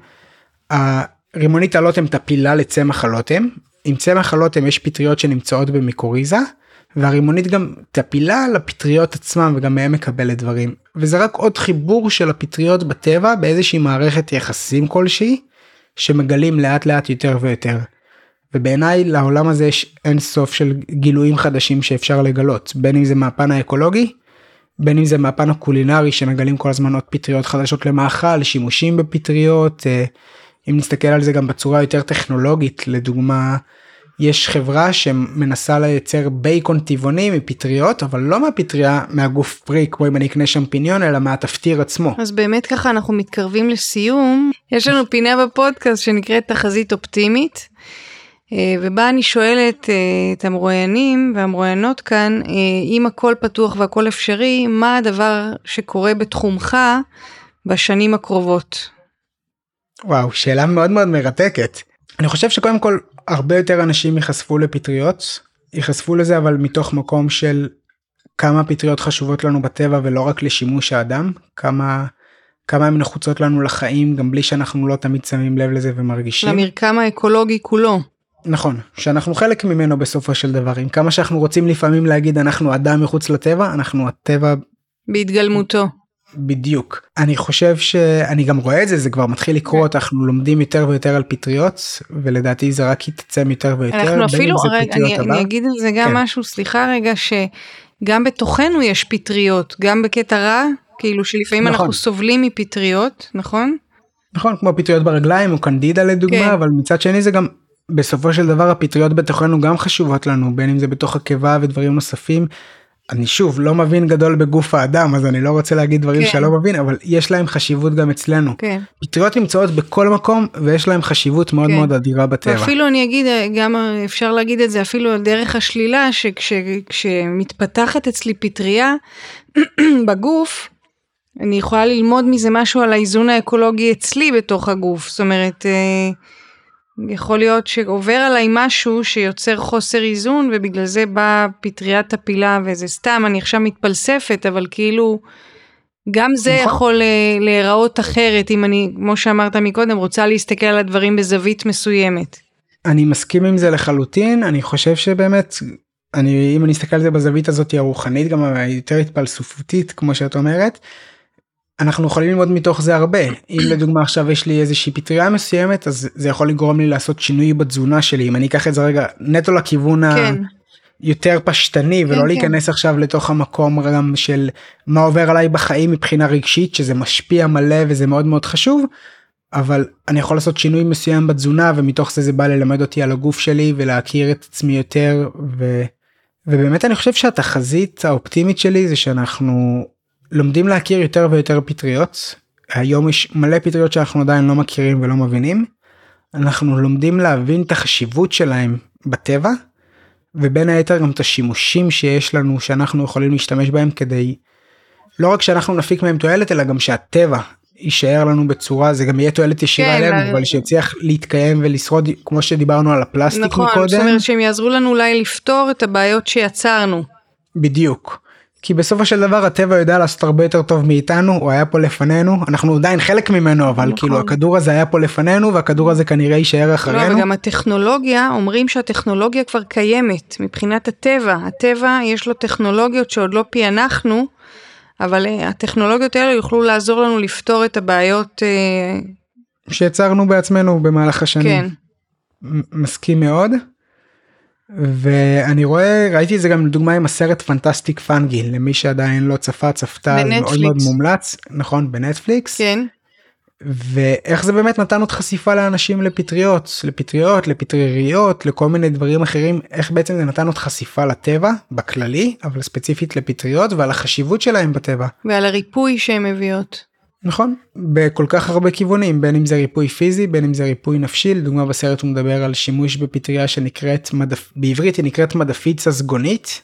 שהרימונית הלוטם טפילה לצמח הלוטם. עם צמח הלוטם יש פטריות שנמצאות במיקוריזה, והרימונית גם טפילה לפטריות עצמם וגם מהם מקבלת דברים. וזה רק עוד חיבור של הפטריות בטבע באיזושהי מערכת יחסים כלשהי, שמגלים לאט לאט יותר ויותר. ובעיניי לעולם הזה יש אין סוף של גילויים חדשים שאפשר לגלות, בין אם זה מהפן האקולוגי, בין אם זה מהפן הקולינרי שמגלים כל הזמן עוד פטריות חדשות למאכל, שימושים בפטריות, אם נסתכל על זה גם בצורה יותר טכנולוגית, לדוגמה, יש חברה שמנסה לייצר בייקון טבעוני מפטריות, אבל לא מהפטריה, מהגוף פרי, כמו אם אני אקנה שמפיניון, אלא מהתפטיר עצמו. אז באמת ככה אנחנו מתקרבים לסיום. יש לנו פינה בפודקאסט שנקראת תחזית אופטימית, ובה אני שואלת את המרואיינים והמרואיינות כאן, אם הכל פתוח והכל אפשרי, מה הדבר שקורה בתחומך בשנים הקרובות? וואו, שאלה מאוד מאוד מרתקת. אני חושב שקודם כל, הרבה יותר אנשים ייחשפו לפטריות, ייחשפו לזה אבל מתוך מקום של כמה הפטריות חשובות לנו בטבע ולא רק לשימוש האדם, כמה, כמה הן נחוצות לנו לחיים, גם בלי שאנחנו לא תמיד שמים לב לזה ומרגישים. למרקם האקולוגי כולו. נכון, שאנחנו חלק ממנו בסופו של דבר, עם כמה שאנחנו רוצים לפעמים להגיד אנחנו אדם מחוץ לטבע, אנחנו הטבע בהתגלמותו. בדיוק. אני חושב שאני גם רואה את זה, זה כבר מתחיל לקרות, אנחנו לומדים יותר ויותר על פטריות, ולדעתי זה רק יתעצם יותר ויותר. אנחנו אפילו, רגע, אני, אני אגיד על זה גם כן. משהו, סליחה רגע, שגם בתוכנו יש פטריות, גם בקטע רע, כאילו שלפעמים נכון. אנחנו סובלים מפטריות, נכון? נכון, כמו פטריות ברגליים, או קנדידה לדוגמה, כן. אבל מצד שני זה גם, בסופו של דבר הפטריות בתוכנו גם חשובות לנו, בין אם זה בתוך הקיבה ודברים נוספים, אני שוב לא מבין גדול בגוף האדם, אז אני לא רוצה להגיד דברים כן. שלא מבין, אבל יש להם חשיבות גם אצלנו. כן. פטריות נמצאות בכל מקום, ויש להם חשיבות מאוד כן. מאוד אדירה בטבע. ואפילו אני אגיד, גם אפשר להגיד את זה, אפילו על דרך השלילה, שכשמתפתחת אצלי פטריה בגוף, אני יכולה ללמוד מזה משהו על האיזון האקולוגי אצלי בתוך הגוף. זאת אומרת, יכול להיות שעובר עליי משהו שיוצר חוסר איזון, ובגלל זה באה פטריית הפילה, וזה סתם, אני עכשיו מתפלספת, אבל כאילו, גם זה יכול להיראות אחרת, אם אני, כמו שאמרת מקודם, רוצה להסתכל על הדברים בזווית מסוימת. אני מסכים עם זה לחלוטין, אני חושב שבאמת, אני, אם אני אסתכל על זה בזווית הזאת הרוחנית, גם יותר התפלסופותית, כמו שאת אומרת, אנחנו יכולים ללמוד מתוך זה הרבה. אם לדוגמה עכשיו יש לי איזושהי פטריה מסוימת, אז זה יכול לגרום לי לעשות שינוי בתזונה שלי. אם אני אקח את זה רגע נטו לכיוון כן. היותר פשטני, ולא כן, להיכנס כן. עכשיו לתוך המקום גם של מה עובר עליי בחיים מבחינה רגשית, שזה משפיע מלא וזה מאוד מאוד חשוב, אבל אני יכול לעשות שינוי מסוים בתזונה, ומתוך זה זה בא ללמד אותי על הגוף שלי, ולהכיר את עצמי יותר, ו... ובאמת אני חושב שהתחזית האופטימית שלי זה שאנחנו לומדים להכיר יותר ויותר פטריות. היום יש מלא פטריות שאנחנו עדיין לא מכירים ולא מבינים. אנחנו לומדים להבין את החשיבות שלהם בטבע, ובין היתר גם את השימושים שיש לנו שאנחנו יכולים להשתמש בהם כדי, לא רק שאנחנו נפיק מהם תועלת, אלא גם שהטבע יישאר לנו בצורה, זה גם יהיה תועלת ישירה עליהם, כן, אבל שיצליח להתקיים ולשרוד, כמו שדיברנו על הפלסטיק נכון, מקודם. נכון, זאת אומרת שהם יעזרו לנו אולי לפתור את הבעיות שיצרנו. בדיוק. כי בסופו של דבר הטבע יודע לעשות הרבה יותר טוב מאיתנו, הוא היה פה לפנינו, אנחנו עדיין חלק ממנו, אבל נכון. כאילו הכדור הזה היה פה לפנינו, והכדור הזה כנראה יישאר אחרינו. לא, וגם הטכנולוגיה, אומרים שהטכנולוגיה כבר קיימת, מבחינת הטבע, הטבע יש לו טכנולוגיות שעוד לא פענחנו, אבל הטכנולוגיות האלה יוכלו לעזור לנו לפתור את הבעיות שיצרנו בעצמנו במהלך השנים. כן. מסכים מאוד. ואני רואה, ראיתי את זה גם לדוגמה עם הסרט פנטסטיק פאנגי, למי שעדיין לא צפה, צפתה, מאוד מאוד מומלץ, נכון, בנטפליקס. כן. ואיך זה באמת נתן עוד חשיפה לאנשים לפטריות, לפטריות, לפטריות, לכל מיני דברים אחרים, איך בעצם זה נתן עוד חשיפה לטבע, בכללי, אבל ספציפית לפטריות, ועל החשיבות שלהם בטבע. ועל הריפוי שהן מביאות. נכון, בכל כך הרבה כיוונים, בין אם זה ריפוי פיזי, בין אם זה ריפוי נפשי, לדוגמה בסרט הוא מדבר על שימוש בפטריה שנקראת, מדפ... בעברית היא נקראת מדפית ססגונית,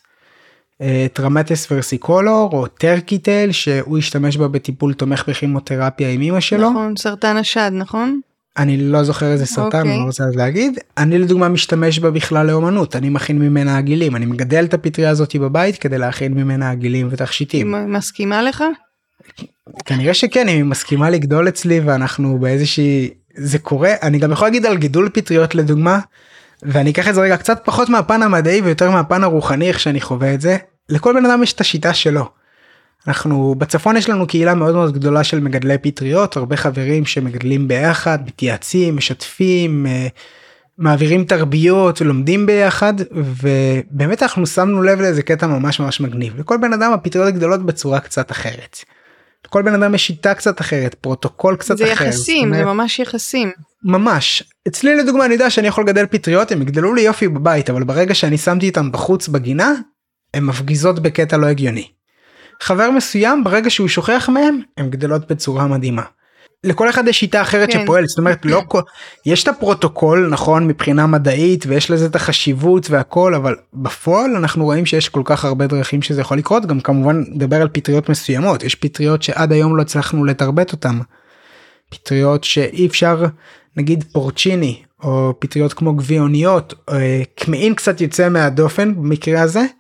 טרמטס ורסיקולור, או טרקיטל, שהוא השתמש בה בטיפול תומך בכימותרפיה עם אמא שלו. נכון, סרטן השד, נכון? אני לא זוכר איזה סרטן, אני לא רוצה להגיד. אני לדוגמה משתמש בה בכלל לאומנות, אני מכין ממנה עגילים, אני מגדל את הפטריה הזאת בבית כדי להכין ממנה עגילים ותכשיטים. מסכימה לך? כנראה שכן, היא מסכימה לגדול אצלי ואנחנו באיזושהי, זה קורה, אני גם יכול להגיד על גידול פטריות לדוגמה, ואני אקח את זה רגע קצת פחות מהפן המדעי ויותר מהפן הרוחני איך שאני חווה את זה, לכל בן אדם יש את השיטה שלו. אנחנו, בצפון יש לנו קהילה מאוד מאוד גדולה של מגדלי פטריות, הרבה חברים שמגדלים ביחד, מתייעצים, משתפים, מעבירים תרביות, לומדים ביחד, ובאמת אנחנו שמנו לב לאיזה קטע ממש ממש מגניב. לכל בן אדם הפטריות גדולות בצורה קצת אחרת. לכל בן אדם יש שיטה קצת אחרת, פרוטוקול קצת זה אחר. זה יחסים, זה ממש יחסים. ממש. אצלי לדוגמה אני יודע שאני יכול לגדל פטריות, הם יגדלו לי יופי בבית, אבל ברגע שאני שמתי איתם בחוץ בגינה, הם מפגיזות בקטע לא הגיוני. חבר מסוים, ברגע שהוא שוכח מהם, הם גדלות בצורה מדהימה. לכל אחד יש שיטה אחרת כן. שפועלת, זאת אומרת, לא כל... יש את הפרוטוקול, נכון, מבחינה מדעית, ויש לזה את החשיבות והכל, אבל בפועל אנחנו רואים שיש כל כך הרבה דרכים שזה יכול לקרות, גם כמובן נדבר על פטריות מסוימות, יש פטריות שעד היום לא הצלחנו לתרבט אותם, פטריות שאי אפשר, נגיד פורצ'יני, או פטריות כמו גביעוניות, קמעין קצת יוצא מהדופן במקרה הזה,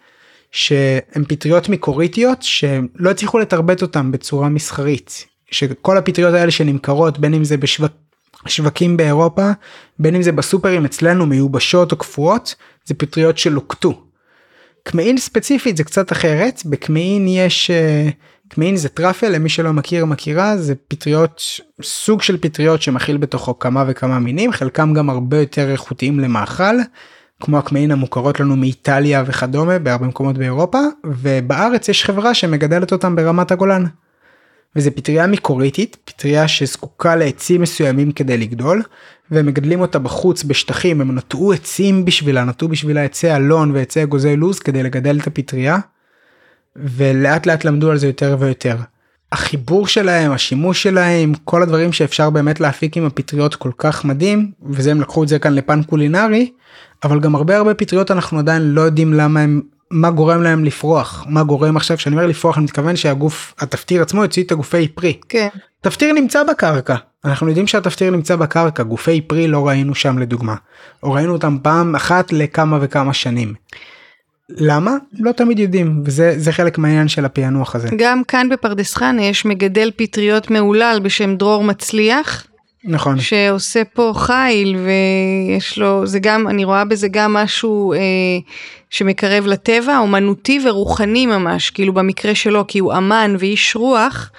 שהן פטריות מקוריטיות שלא הצליחו לתרבט אותן בצורה מסחרית, שכל הפטריות האלה שנמכרות בין אם זה בשווקים באירופה, בין אם זה בסופרים אצלנו מיובשות או קפואות, זה פטריות שלוקטו. קמעין ספציפית זה קצת אחרת, בקמעין יש, קמעין זה טרפל, למי שלא מכיר מכירה, זה פטריות, סוג של פטריות שמכיל בתוכו כמה וכמה מינים, חלקם גם הרבה יותר איכותיים למאכל, כמו הקמעין המוכרות לנו מאיטליה וכדומה, בהרבה מקומות באירופה, ובארץ יש חברה שמגדלת אותם ברמת הגולן. וזה פטריה מקוריטית, פטריה שזקוקה לעצים מסוימים כדי לגדול, ומגדלים אותה בחוץ בשטחים, הם נטעו עצים בשבילה, נטעו בשבילה עצי אלון ועצי אגוזי לוז כדי לגדל את הפטריה, ולאט לאט למדו על זה יותר ויותר. החיבור שלהם, השימוש שלהם, כל הדברים שאפשר באמת להפיק עם הפטריות כל כך מדהים, וזה הם לקחו את זה כאן לפן קולינרי, אבל גם הרבה הרבה פטריות אנחנו עדיין לא יודעים למה הם, מה גורם להם לפרוח, מה גורם עכשיו, שאני אומר לפרוח, אני מתכוון שהגוף, התפטיר עצמו יוציא את הגופי פרי. כן. תפטיר נמצא בקרקע, אנחנו יודעים שהתפטיר נמצא בקרקע, גופי פרי לא ראינו שם לדוגמה, או ראינו אותם פעם אחת לכמה וכמה שנים. למה? לא תמיד יודעים, וזה זה חלק מהעניין של הפענוח הזה. גם כאן בפרדס חנה יש מגדל פטריות מעולל בשם דרור מצליח, נכון. שעושה פה חיל, ויש לו, זה גם, אני רואה בזה גם משהו אה, שמקרב לטבע, אומנותי ורוחני ממש, כאילו במקרה שלו, כי הוא אמן ואיש רוח,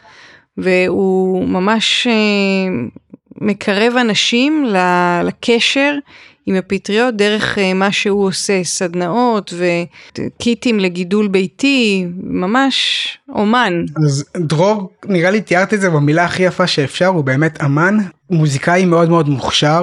והוא ממש אה, מקרב אנשים לקשר עם הפטריות, דרך אה, מה שהוא עושה, סדנאות וקיטים לגידול ביתי, ממש אומן. אז דרור, נראה לי תיארת את זה במילה הכי יפה שאפשר, הוא באמת אמן, מוזיקאי מאוד מאוד מוכשר,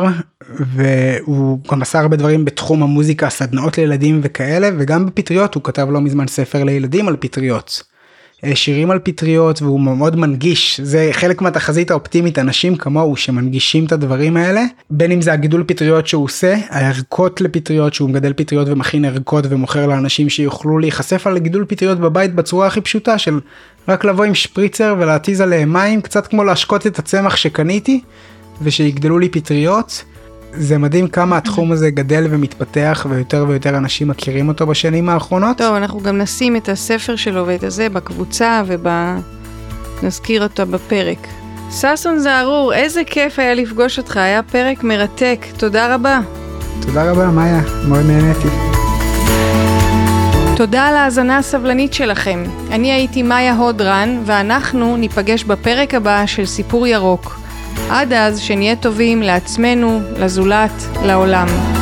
והוא גם עשה הרבה דברים בתחום המוזיקה, סדנאות לילדים וכאלה, וגם בפטריות, הוא כתב לא מזמן ספר לילדים על פטריות. שירים על פטריות, והוא מאוד מנגיש, זה חלק מהתחזית האופטימית, אנשים כמוהו שמנגישים את הדברים האלה, בין אם זה הגידול פטריות שהוא עושה, הערכות לפטריות, שהוא מגדל פטריות ומכין ערכות ומוכר לאנשים שיוכלו להיחשף על גידול פטריות בבית בצורה הכי פשוטה, של רק לבוא עם שפריצר ולהתיז עליהם מים, קצת כמו להשקות את הצמח שקניתי, ושיגדלו לי פטריות. זה מדהים כמה התחום הזה גדל ומתפתח, ויותר ויותר אנשים מכירים אותו בשנים האחרונות. טוב, אנחנו גם נשים את הספר שלו ואת הזה בקבוצה, ונזכיר אותו בפרק. ששון זערור, איזה כיף היה לפגוש אותך, היה פרק מרתק, תודה רבה. תודה רבה, מאיה, מאוד נהניתי. תודה על ההאזנה הסבלנית שלכם. אני הייתי מאיה הודרן, ואנחנו ניפגש בפרק הבא של סיפור ירוק. עד אז שנהיה טובים לעצמנו, לזולת, לעולם.